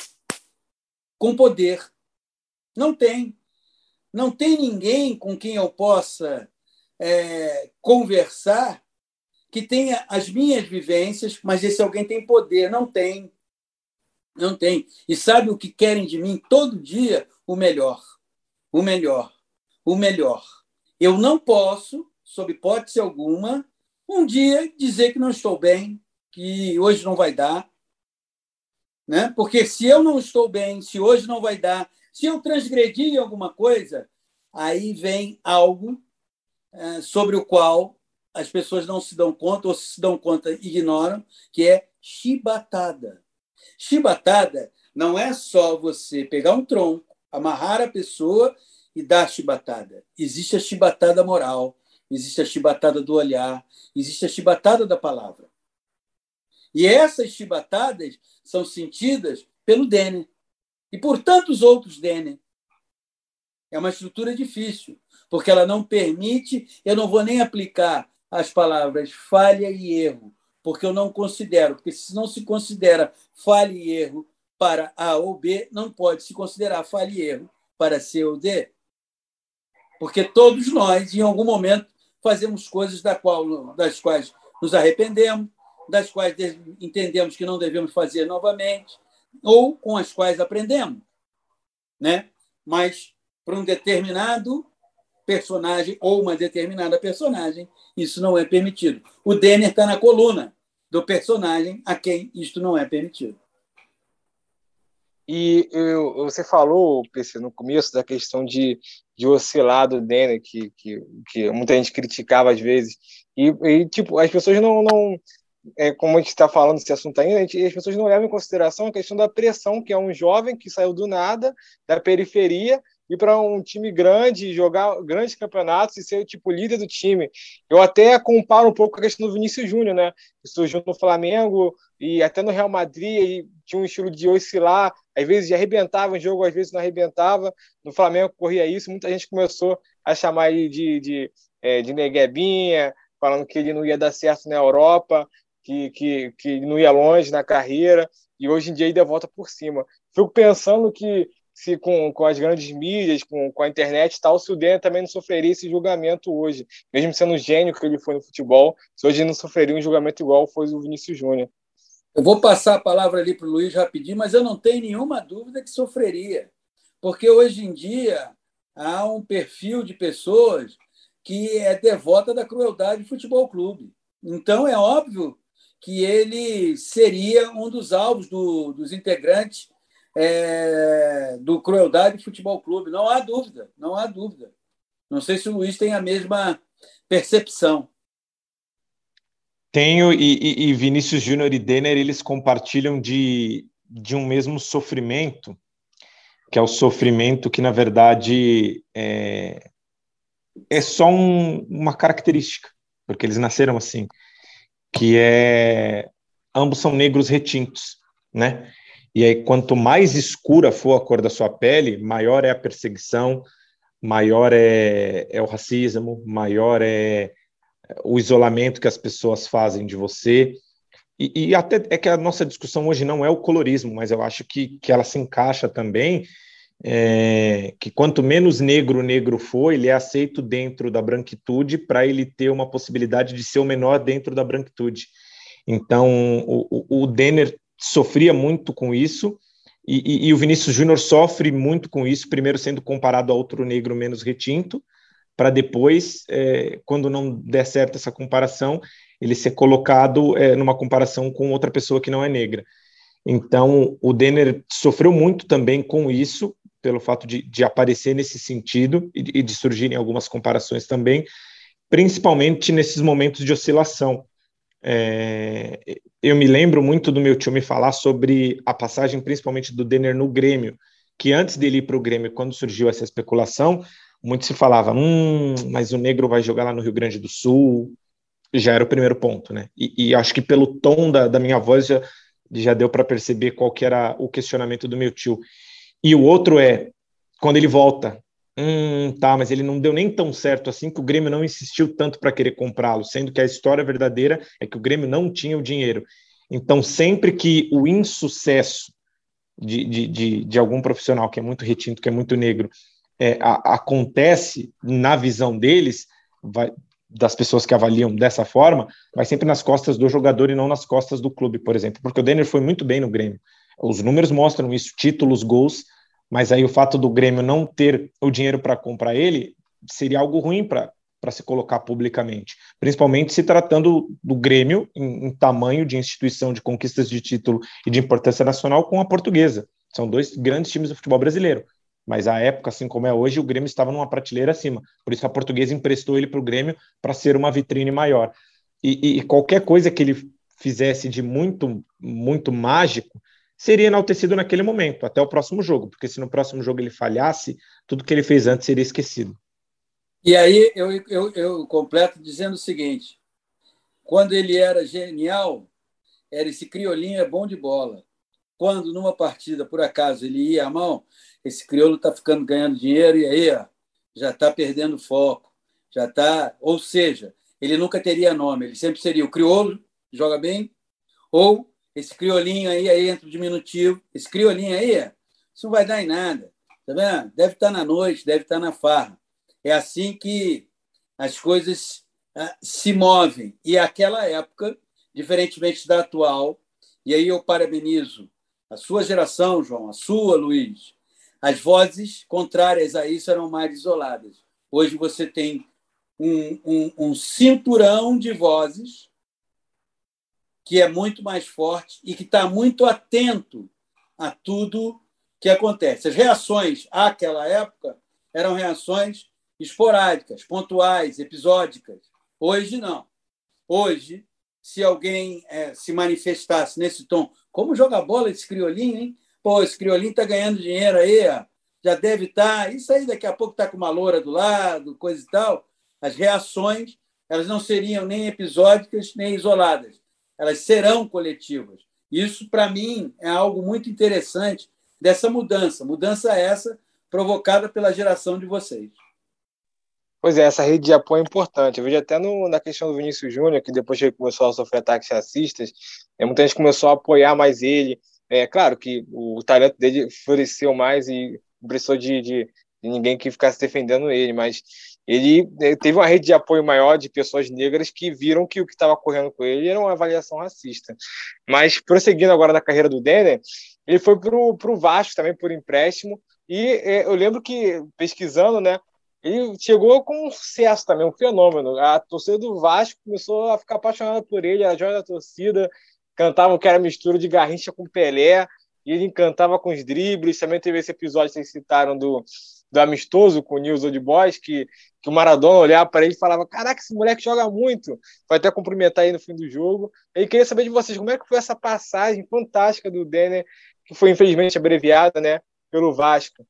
com poder. Não tem. Não tem ninguém com quem eu possa é, conversar que tenha as minhas vivências, mas esse alguém tem poder. Não tem. Não tem. E sabe o que querem de mim todo dia? O melhor. O melhor. O melhor. Eu não posso, sob hipótese alguma, um dia dizer que não estou bem, que hoje não vai dar. Né? Porque se eu não estou bem, se hoje não vai dar, se eu transgredir em alguma coisa, aí vem algo é, sobre o qual as pessoas não se dão conta, ou se dão conta, ignoram, que é chibatada. Chibatada não é só você pegar um tronco, amarrar a pessoa e dar chibatada. Existe a chibatada moral, existe a chibatada do olhar, existe a chibatada da palavra. E essas chibatadas são sentidas pelo Denner e por tantos outros Denner. É uma estrutura difícil, porque ela não permite, eu não vou nem aplicar as palavras falha e erro, porque eu não considero, porque se não se considera falha e erro para A ou B, não pode se considerar falha e erro para C ou D. Porque todos nós, em algum momento, fazemos coisas da qual, das quais nos arrependemos, das quais entendemos que não devemos fazer novamente, ou com as quais aprendemos. Né? Mas, para um determinado personagem ou uma determinada personagem, isso não é permitido. O Denner está na coluna do personagem a quem isto não é permitido. E eu, você falou, P C, no começo, da questão de, de oscilar do Denner, que, que, que muita gente criticava às vezes. E, e tipo, as pessoas não... não é, como a gente está falando desse assunto ainda, a gente, as pessoas não levam em consideração a questão da pressão, que é um jovem que saiu do nada, da periferia, ir para um time grande, jogar grandes campeonatos e ser o tipo líder do time. Eu até comparo um pouco com a questão do Vinícius Júnior, né? Que surgiu no Flamengo e até no Real Madrid, e tinha um estilo de oscilar, às vezes arrebentava em jogo, às vezes não arrebentava. No Flamengo corria isso, muita gente começou a chamar ele de, de, de, de neguebinha, falando que ele não ia dar certo na Europa, que, que, que não ia longe na carreira, e hoje em dia ele deu a volta por cima. Fico pensando que se com, com as grandes mídias, com, com a internet e tal, se o Denner também não sofreria esse julgamento hoje, mesmo sendo o gênio que ele foi no futebol, se hoje ele não sofreria um julgamento igual foi o Vinícius Júnior. Eu vou passar a palavra ali para o Luiz rapidinho, mas eu não tenho nenhuma dúvida que sofreria, porque hoje em dia há um perfil de pessoas que é devota da crueldade do futebol clube. Então, é óbvio que ele seria um dos alvos do, dos integrantes é, do Crueldade Futebol Clube. Não há dúvida, não há dúvida. Não sei se o Luiz tem a mesma percepção. Tenho, e, e Vinícius Júnior e Denner, eles compartilham de, de um mesmo sofrimento, que é o sofrimento que, na verdade, é, é só um, uma característica, porque eles nasceram assim, que é ambos são negros retintos, né? E aí, quanto mais escura for a cor da sua pele, maior é a perseguição, maior é, é o racismo, maior é o isolamento que as pessoas fazem de você. E, e até é que a nossa discussão hoje não é o colorismo, mas eu acho que, que ela se encaixa também, é, que quanto menos negro o negro for, ele é aceito dentro da branquitude para ele ter uma possibilidade de ser o menor dentro da branquitude. Então, o, o, o Denner sofria muito com isso, e, e, e o Vinícius Júnior sofre muito com isso, primeiro sendo comparado a outro negro menos retinto, para depois, é, quando não der certo essa comparação, ele ser colocado é, numa comparação com outra pessoa que não é negra. Então, o Denner sofreu muito também com isso, pelo fato de, de aparecer nesse sentido e, e de surgirem algumas comparações também, principalmente nesses momentos de oscilação. É, eu me lembro muito do meu tio me falar sobre a passagem principalmente do Denner no Grêmio, que antes dele ir para o Grêmio, quando surgiu essa especulação, muito se falava, hum, mas o negro vai jogar lá no Rio Grande do Sul, já era o primeiro ponto, né? E, e acho que pelo tom da, da minha voz já, já deu para perceber qual que era o questionamento do meu tio. E o outro é, quando ele volta, hum, tá, mas ele não deu nem tão certo assim que o Grêmio não insistiu tanto para querer comprá-lo, sendo que a história verdadeira é que o Grêmio não tinha o dinheiro. Então, sempre que o insucesso de, de, de, de algum profissional que é muito retinto, que é muito negro, é, a, acontece na visão deles, vai, das pessoas que avaliam dessa forma, vai sempre nas costas do jogador e não nas costas do clube, por exemplo, porque o Denner foi muito bem no Grêmio. Os números mostram isso, títulos, gols, mas aí o fato do Grêmio não ter o dinheiro para comprar ele seria algo ruim para para se colocar publicamente, principalmente se tratando do Grêmio em, em tamanho de instituição de conquistas de título e de importância nacional com a Portuguesa. São dois grandes times do futebol brasileiro, mas à época, assim como é hoje, o Grêmio estava numa prateleira acima, por isso a Portuguesa emprestou ele para o Grêmio para ser uma vitrine maior. E, e qualquer coisa que ele fizesse de muito, muito mágico seria enaltecido naquele momento, até o próximo jogo, porque se no próximo jogo ele falhasse, tudo que ele fez antes seria esquecido. E aí eu, eu, eu completo dizendo o seguinte, quando ele era genial, era esse criolinho é bom de bola. Quando numa partida, por acaso, ele ia à mão, esse crioulo está ficando ganhando dinheiro e aí ó, já está perdendo foco. Já tá, ou seja, ele nunca teria nome, ele sempre seria o crioulo, joga bem, ou esse criolinho aí, aí entra o diminutivo, esse criolinho aí, isso não vai dar em nada. Tá vendo? Deve estar na noite, deve estar na farra. É assim que as coisas ah, se movem. E aquela época, diferentemente da atual, e aí eu parabenizo a sua geração, João, a sua, Luiz, as vozes contrárias a isso eram mais isoladas. Hoje você tem um, um, um cinturão de vozes que é muito mais forte e que está muito atento a tudo que acontece. As reações àquela época eram reações esporádicas, pontuais, episódicas. Hoje, não. Hoje, se alguém é, se manifestasse nesse tom, como joga bola esse criolinho, hein? Pô, esse criolinho está ganhando dinheiro aí, ó. Já deve estar... Tá... Isso aí daqui a pouco está com uma loura do lado, coisa e tal. As reações elas não seriam nem episódicas, nem isoladas. Elas serão coletivas. Isso, para mim, é algo muito interessante dessa mudança. Mudança essa provocada pela geração de vocês. Pois é, essa rede de apoio é importante. Eu vejo até no, na questão do Vinícius Júnior, que depois que ele começou a sofrer ataques racistas, é, muita gente começou a apoiar mais ele. É claro que o talento dele floresceu mais e não precisou de, de, de ninguém que ficasse defendendo ele, mas ele teve uma rede de apoio maior de pessoas negras que viram que o que estava ocorrendo com ele era uma avaliação racista. Mas, prosseguindo agora na carreira do Denner, ele foi para o Vasco também por empréstimo, e é, eu lembro que, pesquisando, né, ele chegou com um sucesso também, um fenômeno. A torcida do Vasco começou a ficar apaixonada por ele, a joia da torcida, cantavam que era mistura de Garrincha com Pelé, e ele encantava com os dribles. Também teve esse episódio que vocês citaram do, do amistoso com o News Old Boys, que, que o Maradona olhava para ele e falava: caraca, esse moleque joga muito. Vai até cumprimentar aí no fim do jogo. Eu queria saber de vocês, como é que foi essa passagem fantástica do Denner, que foi infelizmente abreviada, né, pelo Vasco?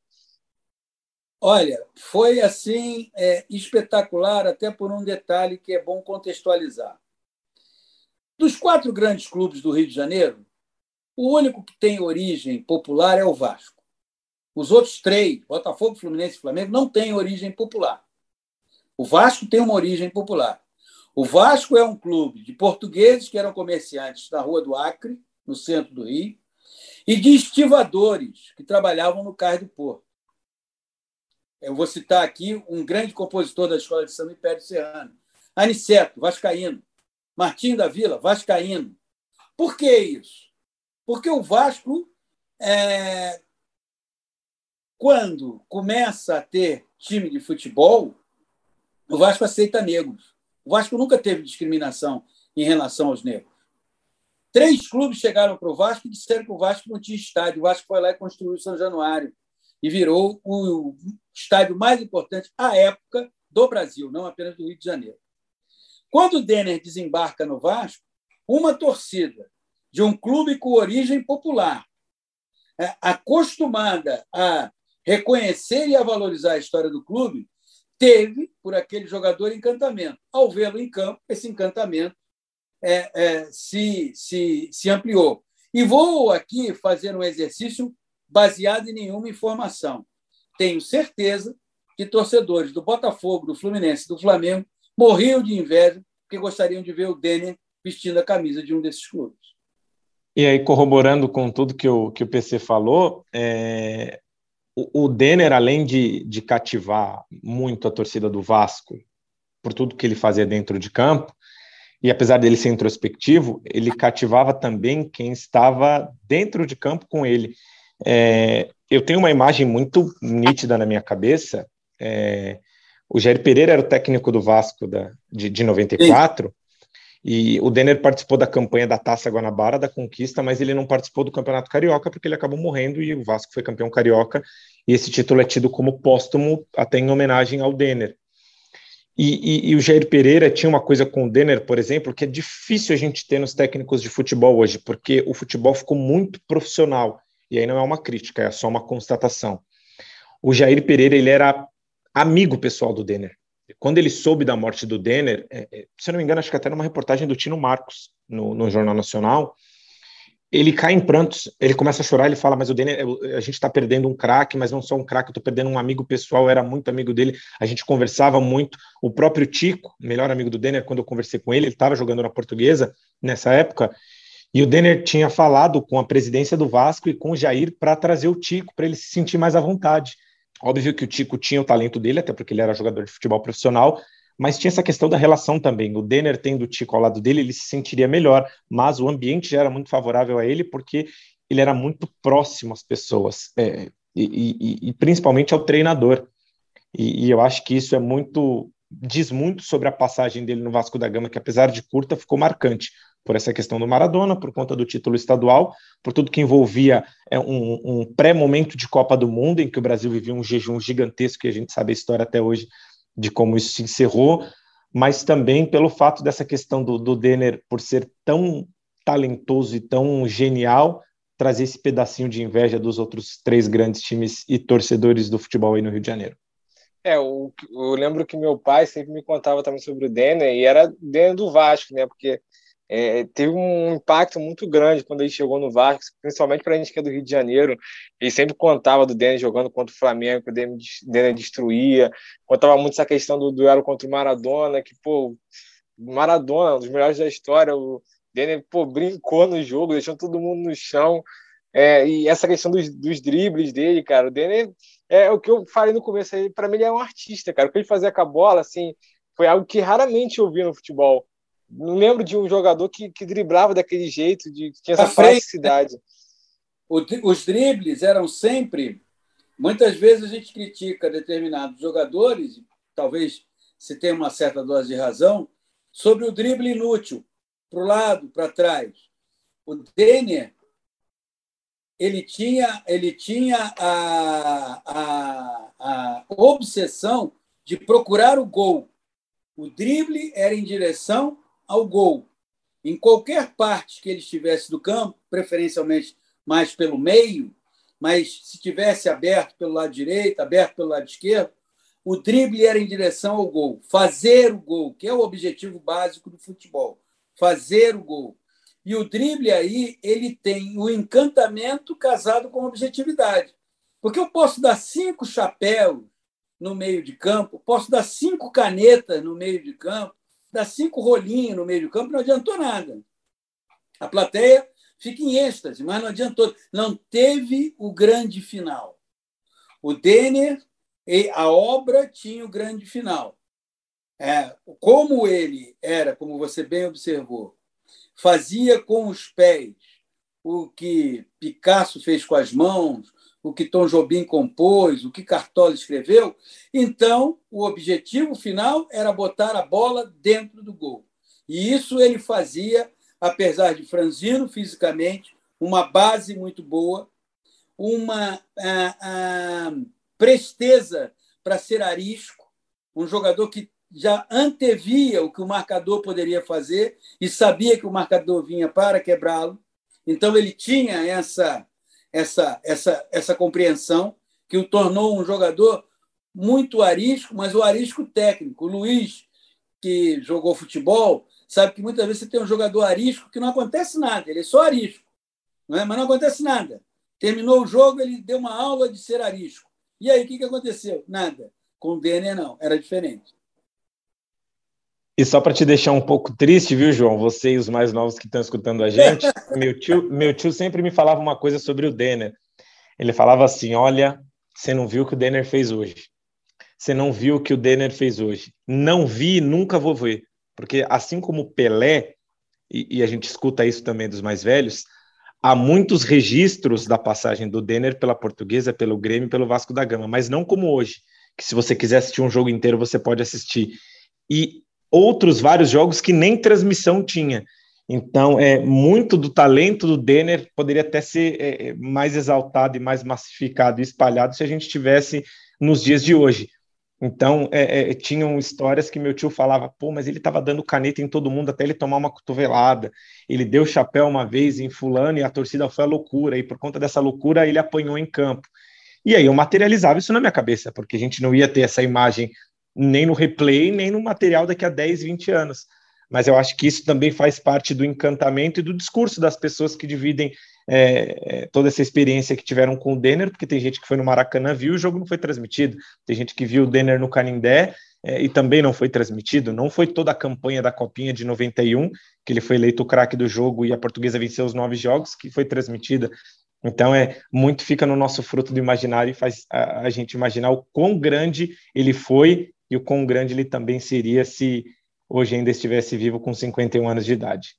Olha, foi assim é, espetacular, até por um detalhe que é bom contextualizar. Dos quatro grandes clubes do Rio de Janeiro, o único que tem origem popular é o Vasco. Os outros três, Botafogo, Fluminense e Flamengo, não têm origem popular. O Vasco tem uma origem popular. O Vasco é um clube de portugueses que eram comerciantes na Rua do Acre, no centro do Rio, e de estivadores que trabalhavam no Cais do Porto. Eu vou citar aqui um grande compositor da Escola de Samba, Império Serrano. Aniceto, vascaíno. Martinho da Vila, vascaíno. Por que isso? Porque o Vasco, é... quando começa a ter time de futebol, o Vasco aceita negros. O Vasco nunca teve discriminação em relação aos negros. Três clubes chegaram para o Vasco e disseram que o Vasco não tinha estádio. O Vasco foi lá e construiu o São Januário. e virou o estádio mais importante à época do Brasil, não apenas do Rio de Janeiro. Quando o Denner desembarca no Vasco, uma torcida de um clube com origem popular, acostumada a reconhecer e a valorizar a história do clube, teve por aquele jogador encantamento. Ao vê-lo em campo, esse encantamento é, é, se, se, se ampliou. E vou aqui fazer um exercício baseado em nenhuma informação. Tenho certeza que torcedores do Botafogo, do Fluminense, do Flamengo morriam de inveja porque gostariam de ver o Denner vestindo a camisa de um desses clubes. E aí, corroborando com tudo que o, que o P C falou, é, o, o Denner, além de, de cativar muito a torcida do Vasco, por tudo que ele fazia dentro de campo, e apesar dele ser introspectivo, ele cativava também quem estava dentro de campo com ele. É, eu tenho uma imagem muito nítida na minha cabeça. É, o Jair Pereira era o técnico do Vasco da, de, de noventa e quatro, Sim. E o Denner participou da campanha da Taça Guanabara, da Conquista, mas ele não participou do Campeonato Carioca porque ele acabou morrendo e o Vasco foi campeão carioca, e esse título é tido como póstumo, até em homenagem ao Denner. E, e, e o Jair Pereira tinha uma coisa com o Denner, por exemplo, que é difícil a gente ter nos técnicos de futebol hoje, porque o futebol ficou muito profissional, e aí não é uma crítica, é só uma constatação. O Jair Pereira, ele era amigo pessoal do Denner. Quando ele soube da morte do Denner, é, é, se eu não me engano, acho que até numa reportagem do Tino Marcos, no, no Jornal Nacional, ele cai em prantos, ele começa a chorar, ele fala, mas o Denner, a gente está perdendo um craque, mas não só um craque, eu estou perdendo um amigo pessoal, eu era muito amigo dele, a gente conversava muito, o próprio Tico, melhor amigo do Denner, quando eu conversei com ele, ele estava jogando na Portuguesa nessa época, e o Denner tinha falado com a presidência do Vasco e com o Jair para trazer o Tico, para ele se sentir mais à vontade. Óbvio que o Tico tinha o talento dele, até porque ele era jogador de futebol profissional, mas tinha essa questão da relação também. O Denner tendo o Tico ao lado dele, ele se sentiria melhor, mas o ambiente já era muito favorável a ele, porque ele era muito próximo às pessoas, é, e, e, e principalmente ao treinador. E, e eu acho que isso é muito, diz muito sobre a passagem dele no Vasco da Gama, que apesar de curta, ficou marcante, por essa questão do Maradona, por conta do título estadual, por tudo que envolvia é, um, um pré-momento de Copa do Mundo, em que o Brasil vivia um jejum gigantesco, e a gente sabe a história até hoje de como isso se encerrou, mas também pelo fato dessa questão do, do Denner, por ser tão talentoso e tão genial, trazer esse pedacinho de inveja dos outros três grandes times e torcedores do futebol aí no Rio de Janeiro. É, eu, eu lembro que meu pai sempre me contava também sobre o Denner, e era Denner do Vasco, né, porque É, teve um impacto muito grande quando ele chegou no Vasco, principalmente para a gente que é do Rio de Janeiro. Ele sempre contava do Denner jogando contra o Flamengo, que o Denner, Denner destruía, contava muito essa questão do duelo contra o Maradona, que, pô, Maradona, um dos melhores da história, o Denner, pô, brincou no jogo, deixou todo mundo no chão, é, e essa questão dos, dos dribles dele, cara, o Denner, é o que eu falei no começo, para mim ele é um artista, cara, o que ele fazia com a bola, assim, foi algo que raramente eu vi no futebol. Não lembro de um jogador que, que driblava daquele jeito, de, que tinha essa praticidade. Os dribles eram sempre... Muitas vezes a gente critica determinados jogadores, talvez se tenha uma certa dose de razão, sobre o drible inútil, para o lado, para trás. O Denner, ele tinha, ele tinha a, a, a obsessão de procurar o gol. O drible era em direção ao gol. Em qualquer parte que ele estivesse do campo, preferencialmente mais pelo meio, mas se tivesse aberto pelo lado direito, aberto pelo lado esquerdo, o drible era em direção ao gol. Fazer o gol, que é o objetivo básico do futebol. Fazer o gol. E o drible aí, ele tem o encantamento casado com a objetividade. Porque eu posso dar cinco chapéus no meio de campo, posso dar cinco canetas no meio de campo, dar cinco rolinhos no meio de campo, não adiantou nada. A plateia fica em êxtase, mas não adiantou. Não teve o grande final. O Denner, a obra tinha o grande final. É, como ele era, como você bem observou, fazia com os pés o que Picasso fez com as mãos, o que Tom Jobim compôs, o que Cartola escreveu. Então, o objetivo final era botar a bola dentro do gol. E isso ele fazia, apesar de franzino fisicamente, uma base muito boa, uma a, a presteza para ser arisco, um jogador que já antevia o que o marcador poderia fazer e sabia que o marcador vinha para quebrá-lo. Então, ele tinha essa, essa, essa, essa compreensão que o tornou um jogador muito arisco, mas o arisco técnico. O Luiz, que jogou futebol, sabe que muitas vezes você tem um jogador arisco que não acontece nada, ele é só arisco, não é? Mas não acontece nada. Terminou o jogo, ele deu uma aula de ser arisco. E aí, o que aconteceu? Nada. Com o Denner, não, era diferente. E só para te deixar um pouco triste, viu, João? Você e os mais novos que estão escutando a gente, meu tio, meu tio sempre me falava uma coisa sobre o Denner. Ele falava assim, olha, você não viu o que o Denner fez hoje. Você não viu o que o Denner fez hoje. Não vi, nunca vou ver. Porque assim como o Pelé, e, e a gente escuta isso também dos mais velhos, há muitos registros da passagem do Denner pela Portuguesa, pelo Grêmio e pelo Vasco da Gama, mas não como hoje, que se você quiser assistir um jogo inteiro, você pode assistir. E outros vários jogos que nem transmissão tinha. Então, é, muito do talento do Denner poderia até ser é, mais exaltado e mais massificado e espalhado se a gente tivesse nos dias de hoje. Então, é, é, tinham histórias que meu tio falava, pô, mas ele estava dando caneta em todo mundo até ele tomar uma cotovelada. Ele deu chapéu uma vez em fulano e a torcida foi a loucura, e por conta dessa loucura ele apanhou em campo. E aí eu materializava isso na minha cabeça, porque a gente não ia ter essa imagem nem no replay, nem no material daqui a dez, vinte anos. Mas eu acho que isso também faz parte do encantamento e do discurso das pessoas que dividem é, toda essa experiência que tiveram com o Denner, porque tem gente que foi no Maracanã, viu e o jogo não foi transmitido. Tem gente que viu o Denner no Canindé é, e também não foi transmitido. Não foi toda a campanha da Copinha de noventa e um, que ele foi eleito o craque do jogo e a Portuguesa venceu os nove jogos, que foi transmitida. Então, é muito fica no nosso fruto do imaginário e faz a, a gente imaginar o quão grande ele foi e o quão grande ele também seria se hoje ainda estivesse vivo com cinquenta e um anos de idade.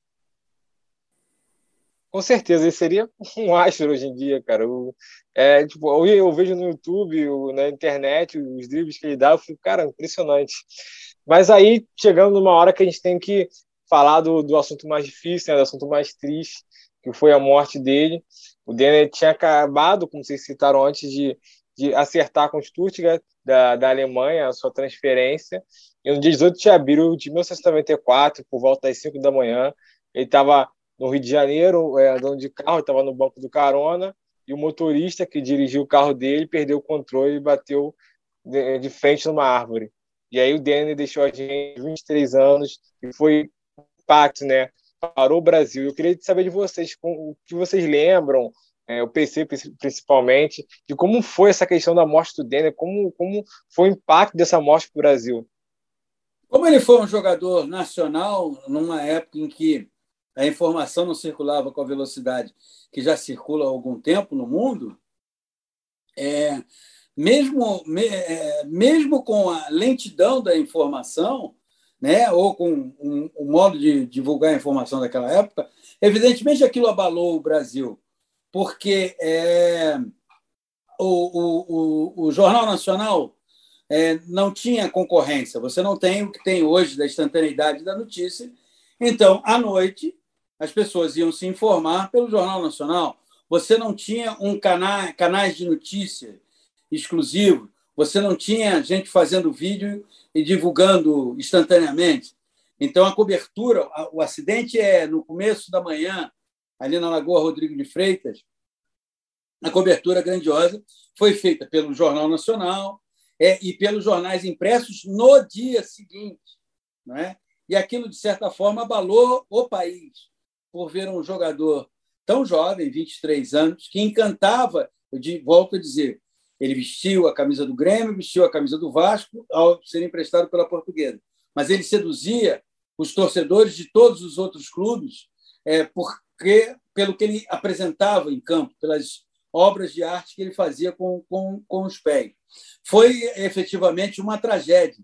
Com certeza, ele seria um astro hoje em dia, cara. Eu, é, tipo, eu, eu vejo no YouTube, eu, na internet, os dribles que ele dá, eu fico, cara, impressionante. Mas aí, chegando numa hora que a gente tem que falar do, do assunto mais difícil, né, do assunto mais triste, que foi a morte dele. O Denner tinha acabado, como vocês citaram antes, de, de acertar com o Stuttgart, da, da Alemanha, a sua transferência. E no dia dezoito de abril de mil novecentos e noventa e quatro, por volta das cinco da manhã, ele estava no Rio de Janeiro, é, andando de carro, estava no banco do carona, e o motorista que dirigiu o carro dele perdeu o controle e bateu de, de frente numa árvore. E aí o Denner deixou a gente vinte e três anos e foi impacto, né? Parou o Brasil. Eu queria saber de vocês o que vocês lembram, é, o P C principalmente, de como foi essa questão da morte do Denner, como, como foi o impacto dessa morte para o Brasil. Como ele foi um jogador nacional numa época em que a informação não circulava com a velocidade que já circula há algum tempo no mundo, é, mesmo, me, é, mesmo com a lentidão da informação, né, ou com um, um modo de divulgar a informação daquela época, evidentemente aquilo abalou o Brasil, porque é, o, o, o, o Jornal Nacional é, não tinha concorrência. Você não tem o que tem hoje da instantaneidade da notícia. Então, à noite, as pessoas iam se informar pelo Jornal Nacional. Você não tinha um cana canais de notícia exclusivo. Você não tinha gente fazendo vídeo e divulgando instantaneamente. Então, a cobertura, o acidente é no começo da manhã, ali na Lagoa Rodrigo de Freitas. A cobertura grandiosa foi feita pelo Jornal Nacional é, e pelos jornais impressos no dia seguinte. Não é? E aquilo, de certa forma, abalou o país por ver um jogador tão jovem, vinte e três anos, que encantava, eu volto a dizer, ele vestiu a camisa do Grêmio, vestiu a camisa do Vasco ao ser emprestado pela Portuguesa. Mas ele seduzia os torcedores de todos os outros clubes é, porque, pelo que ele apresentava em campo, pelas obras de arte que ele fazia com, com, com os pés. Foi efetivamente uma tragédia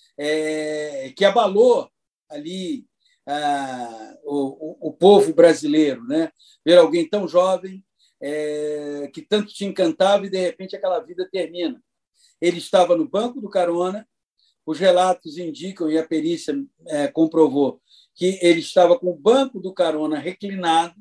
é, que abalou ali ah, o, o, o povo brasileiro, né? Ver alguém tão jovem é, que tanto te encantava e, de repente, aquela vida termina. Ele estava no banco do carona, os relatos indicam, e a perícia é, comprovou, que ele estava com o banco do carona reclinado,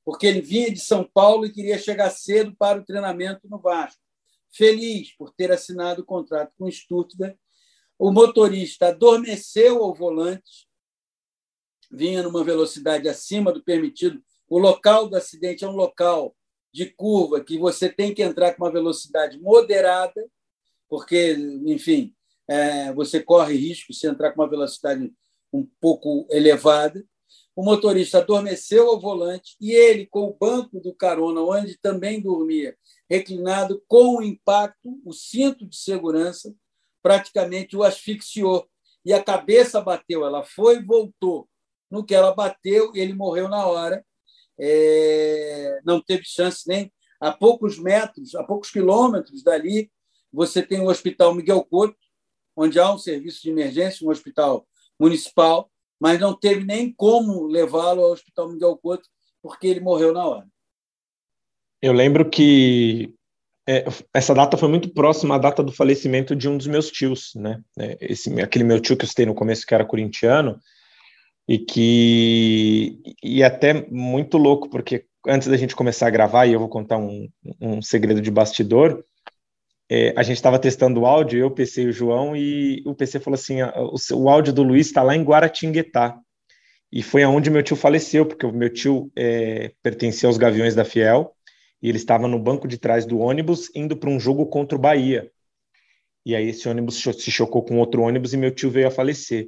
porque ele vinha de São Paulo e queria chegar cedo para o treinamento no Vasco. Feliz por ter assinado o contrato com o Stuttgart, o motorista adormeceu ao volante, vinha numa velocidade acima do permitido. O local do acidente é um local de curva que você tem que entrar com uma velocidade moderada, porque, enfim, é, você corre risco se entrar com uma velocidade um pouco elevada. O motorista adormeceu ao volante e ele, com o banco do carona, onde também dormia, reclinado, com o impacto, o cinto de segurança praticamente o asfixiou. E a cabeça bateu, ela foi e voltou. No que ela bateu, ele morreu na hora. É... Não teve chance nem... A poucos metros, a poucos quilômetros dali, você tem o Hospital Miguel Couto, onde há um serviço de emergência, um hospital municipal, mas não teve nem como levá-lo ao Hospital Miguel Couto, porque ele morreu na hora. Eu lembro que é, essa data foi muito próxima à data do falecimento de um dos meus tios, né? Esse, aquele meu tio que eu citei no começo, que era corintiano, e que e até muito louco, porque antes da gente começar a gravar, e eu vou contar um, um segredo de bastidor, é, a gente estava testando o áudio, eu, o P C e o João, e o P C falou assim, o, o áudio do Luiz está lá em Guaratinguetá, e foi aonde meu tio faleceu, porque o meu tio é, pertencia aos Gaviões da Fiel, e ele estava no banco de trás do ônibus, indo para um jogo contra o Bahia, e aí esse ônibus se chocou com outro ônibus, e meu tio veio a falecer.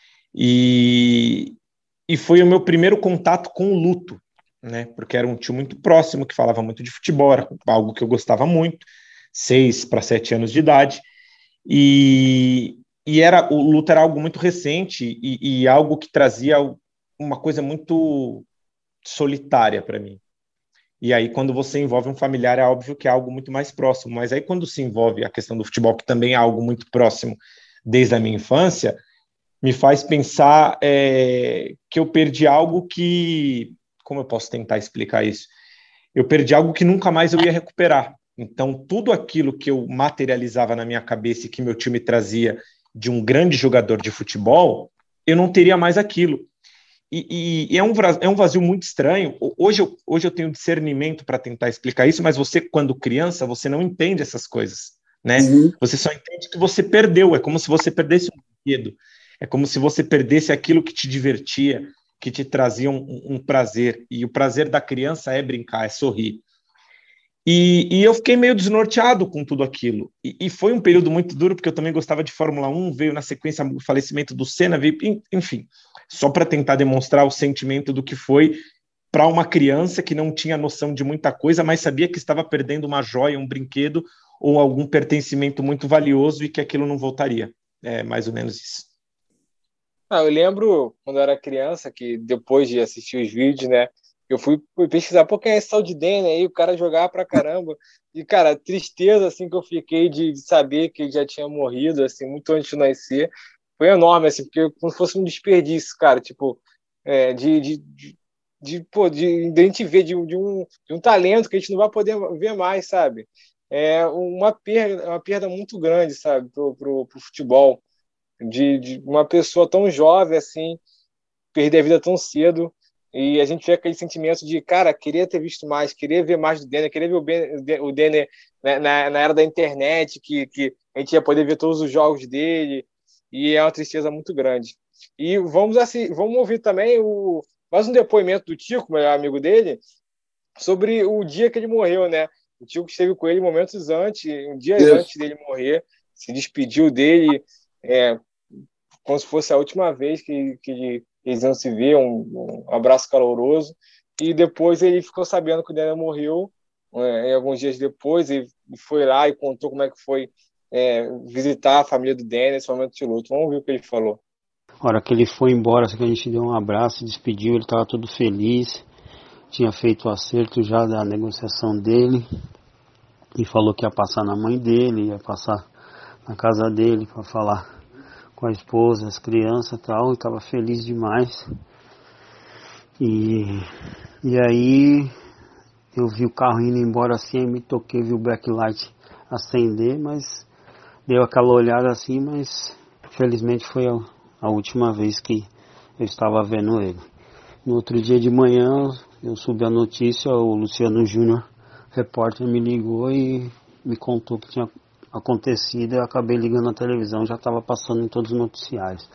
E, e foi o meu primeiro contato com o luto, né? Porque era um tio muito próximo, que falava muito de futebol, era algo que eu gostava muito, seis para sete anos de idade, e, e era, o luto era algo muito recente e, e algo que trazia uma coisa muito solitária para mim. E aí, quando você envolve um familiar, é óbvio que é algo muito mais próximo, mas aí quando se envolve a questão do futebol, que também é algo muito próximo desde a minha infância, me faz pensar é, que eu perdi algo que... Como eu posso tentar explicar isso? Eu perdi algo que nunca mais eu ia recuperar. Então, tudo aquilo que eu materializava na minha cabeça e que meu tio me trazia de um grande jogador de futebol, eu não teria mais aquilo. E, e, e é, um, é um vazio muito estranho. Hoje eu, hoje eu tenho discernimento para tentar explicar isso, mas você, quando criança, você não entende essas coisas, né? Uhum. Você só entende que você perdeu. É como se você perdesse um brinquedo. É como se você perdesse aquilo que te divertia, que te trazia um, um prazer. E o prazer da criança é brincar, é sorrir. E, e eu fiquei meio desnorteado com tudo aquilo. E, e foi um período muito duro, porque eu também gostava de Fórmula um, veio na sequência o falecimento do Senna, veio, enfim, só para tentar demonstrar o sentimento do que foi para uma criança que não tinha noção de muita coisa, mas sabia que estava perdendo uma joia, um brinquedo ou algum pertencimento muito valioso e que aquilo não voltaria. É mais ou menos isso. Ah, eu lembro, quando eu era criança, que depois de assistir os vídeos, né, eu fui, fui pesquisar, pô, quem é esse tal de Danny aí, o cara jogava pra caramba, e, cara, tristeza, assim, que eu fiquei de, de saber que ele já tinha morrido, assim, muito antes de nascer, foi enorme, assim, porque como se fosse um desperdício, cara, tipo, é, de, de, de, de, pô, de, de a gente ver de, de, um, de um talento que a gente não vai poder ver mais, sabe? É uma perda, uma perda muito grande, sabe, pro, pro, pro futebol. De, de uma pessoa tão jovem assim, perder a vida tão cedo, e a gente vê aquele sentimento de, cara, queria ter visto mais, queria ver mais do Denner, queria ver o, ben, o Denner né, na, na era da internet, que, que a gente ia poder ver todos os jogos dele, e é uma tristeza muito grande. E vamos, assim, vamos ouvir também o, mais um depoimento do Tico, melhor amigo dele, sobre o dia que ele morreu, né? O Tico esteve com ele momentos antes, um dia Isso. antes dele morrer, se despediu dele, é, como se fosse a última vez que, que eles iam se ver, um, um abraço caloroso, e depois ele ficou sabendo que o Denner morreu, é, alguns dias depois, e foi lá e contou como é que foi é, visitar a família do Denner nesse momento de luto. Vamos ver o que ele falou. A hora que ele foi embora, assim, que a gente deu um abraço, despediu, ele estava todo feliz, tinha feito o acerto já da negociação dele, e falou que ia passar na mãe dele, ia passar na casa dele para falar com a esposa, as crianças e tal, e estava feliz demais. E, e aí eu vi o carro indo embora assim, me toquei, vi o backlight acender, mas deu aquela olhada assim, mas felizmente foi a, a última vez que eu estava vendo ele. No outro dia de manhã, eu soube a notícia, o Luciano Júnior, repórter, me ligou e me contou o que tinha acontecido. Eu acabei ligando a televisão, já estava passando em todos os noticiários.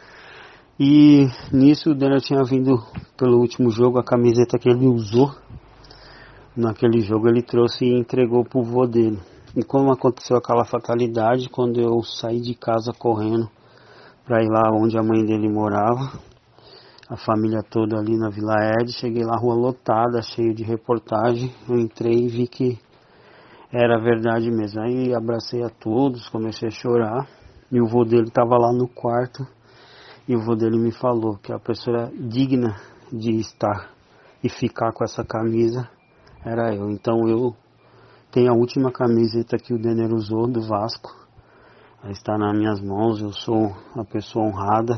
E nisso o Denner tinha vindo pelo último jogo, a camiseta que ele usou naquele jogo ele trouxe e entregou pro vô dele. E como aconteceu aquela fatalidade, quando eu saí de casa correndo para ir lá onde a mãe dele morava, a família toda ali na Vila Ed, cheguei lá, rua lotada, cheio de reportagem, eu entrei e vi que era verdade mesmo. Aí abracei a todos, comecei a chorar, e o vô dele estava lá no quarto, e o vô dele me falou que a pessoa digna de estar e ficar com essa camisa era eu. Então eu tenho a última camiseta que o Denner usou do Vasco, ela está nas minhas mãos, eu sou uma pessoa honrada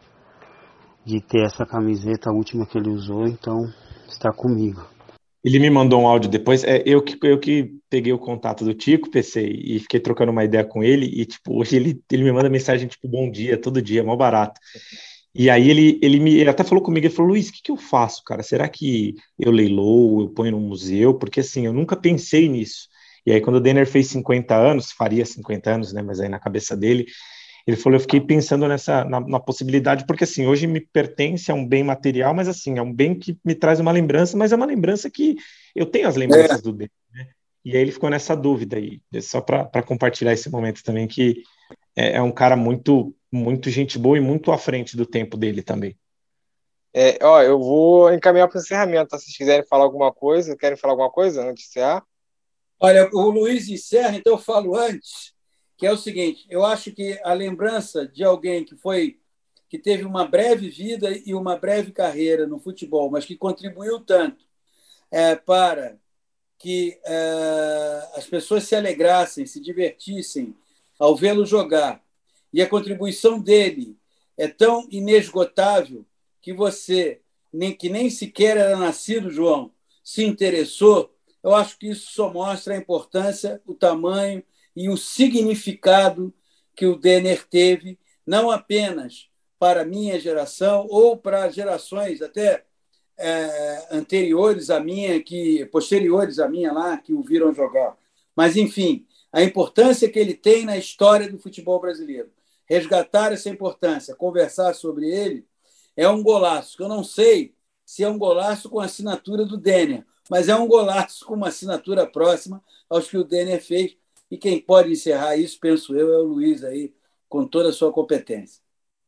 de ter essa camiseta, a última que ele usou, então está comigo. Ele me mandou um áudio depois, é, eu, que, eu que peguei o contato do Tico, P C, e fiquei trocando uma ideia com ele, e tipo, hoje ele, ele me manda mensagem tipo, bom dia, todo dia, mó barato. E aí ele, ele, me, ele até falou comigo, ele falou, Luiz, o que, que eu faço, cara? Será que eu leiloo, eu ponho no museu? Porque assim, eu nunca pensei nisso. E aí quando o Denner fez cinquenta anos, faria cinquenta anos, né, mas aí na cabeça dele, ele falou, eu fiquei pensando nessa, na, na possibilidade, porque assim, hoje me pertence a um bem material, mas assim, é um bem que me traz uma lembrança, mas é uma lembrança que eu tenho as lembranças é. do Denner, né? E aí ele ficou nessa dúvida aí, só para compartilhar esse momento também, que é, é um cara muito, muito gente boa e muito à frente do tempo dele também. É, ó, eu vou encaminhar para o encerramento, tá? Se vocês quiserem falar alguma coisa, querem falar alguma coisa antes de encerrar? Olha, o Luiz encerra, então eu falo antes, que é o seguinte, eu acho que a lembrança de alguém que foi, que teve uma breve vida e uma breve carreira no futebol, mas que contribuiu tanto é, para que é, as pessoas se alegrassem, se divertissem ao vê-lo jogar, e a contribuição dele é tão inesgotável que você, nem, que nem sequer era nascido, João, se interessou. Eu acho que isso só mostra a importância, o tamanho e o significado que o Denner teve, não apenas para a minha geração ou para gerações até é, anteriores à minha, que, posteriores à minha lá, que o viram jogar. Mas, enfim, a importância que ele tem na história do futebol brasileiro. Resgatar essa importância, conversar sobre ele, é um golaço. Eu não sei se é um golaço com a assinatura do Denner, mas é um golaço com uma assinatura próxima aos que o Denner fez. E quem pode encerrar isso, penso eu, é o Luiz aí, com toda a sua competência.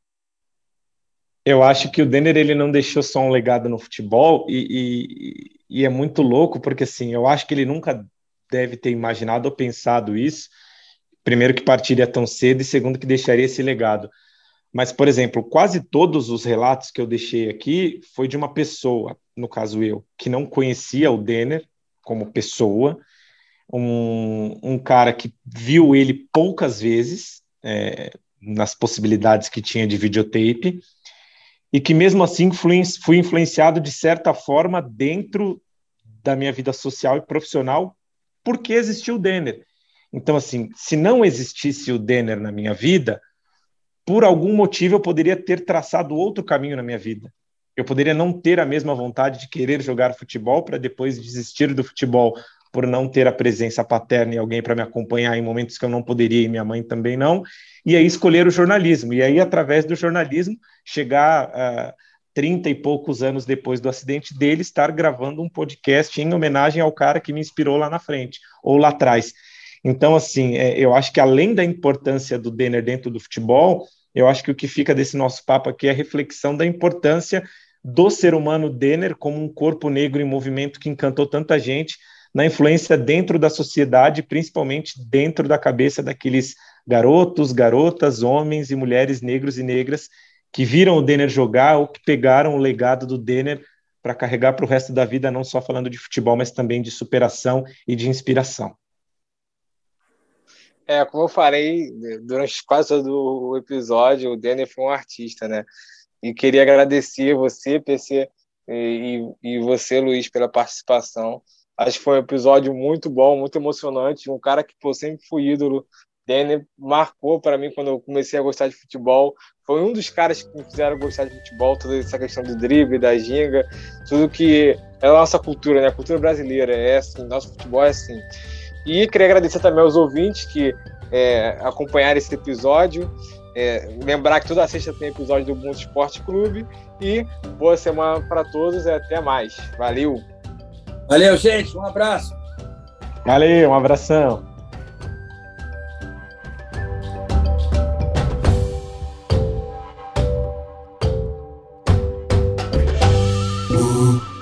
Eu acho que o Denner ele não deixou só um legado no futebol e, e, e é muito louco, porque assim, eu acho que ele nunca deve ter imaginado ou pensado isso. Primeiro, que partiria tão cedo, e segundo, que deixaria esse legado. Mas, por exemplo, quase todos os relatos que eu deixei aqui foi de uma pessoa, no caso eu, que não conhecia o Denner como pessoa, um, um cara que viu ele poucas vezes, é, nas possibilidades que tinha de videotape, e que mesmo assim fui, fui influenciado de certa forma dentro da minha vida social e profissional, porque existiu o Denner. Então, assim, se não existisse o Denner na minha vida, por algum motivo eu poderia ter traçado outro caminho na minha vida. Eu poderia não ter a mesma vontade de querer jogar futebol para depois desistir do futebol por não ter a presença paterna e alguém para me acompanhar em momentos que eu não poderia e minha mãe também não, e aí escolher o jornalismo. E aí, através do jornalismo, chegar a uh, trinta e poucos anos depois do acidente dele, estar gravando um podcast em homenagem ao cara que me inspirou lá na frente, ou lá atrás. Então, assim, é, eu acho que além da importância do Denner dentro do futebol, eu acho que o que fica desse nosso papo aqui é a reflexão da importância do ser humano Denner como um corpo negro em movimento que encantou tanta gente, na influência dentro da sociedade, principalmente dentro da cabeça daqueles garotos, garotas, homens e mulheres negros e negras que viram o Denner jogar ou que pegaram o legado do Denner para carregar para o resto da vida, não só falando de futebol, mas também de superação e de inspiração. É, como eu falei durante quase todo o episódio, o Denner foi um artista, né? E queria agradecer você, P C, e, e você, Luiz, pela participação. Acho que foi um episódio muito bom, muito emocionante. Um cara que, pô, sempre fui ídolo Denner marcou para mim quando eu comecei a gostar de futebol. Foi um dos caras que me fizeram gostar de futebol, toda essa questão do drible, da ginga, tudo que é a nossa cultura, né? A cultura brasileira é assim, nosso futebol é assim. E queria agradecer também aos ouvintes que é, acompanharam esse episódio. É, lembrar que toda sexta tem episódio do Ubuntu Esporte Clube. E boa semana para todos e até mais. Valeu! Valeu, gente. Um abraço. Valeu, um abração. Ooh.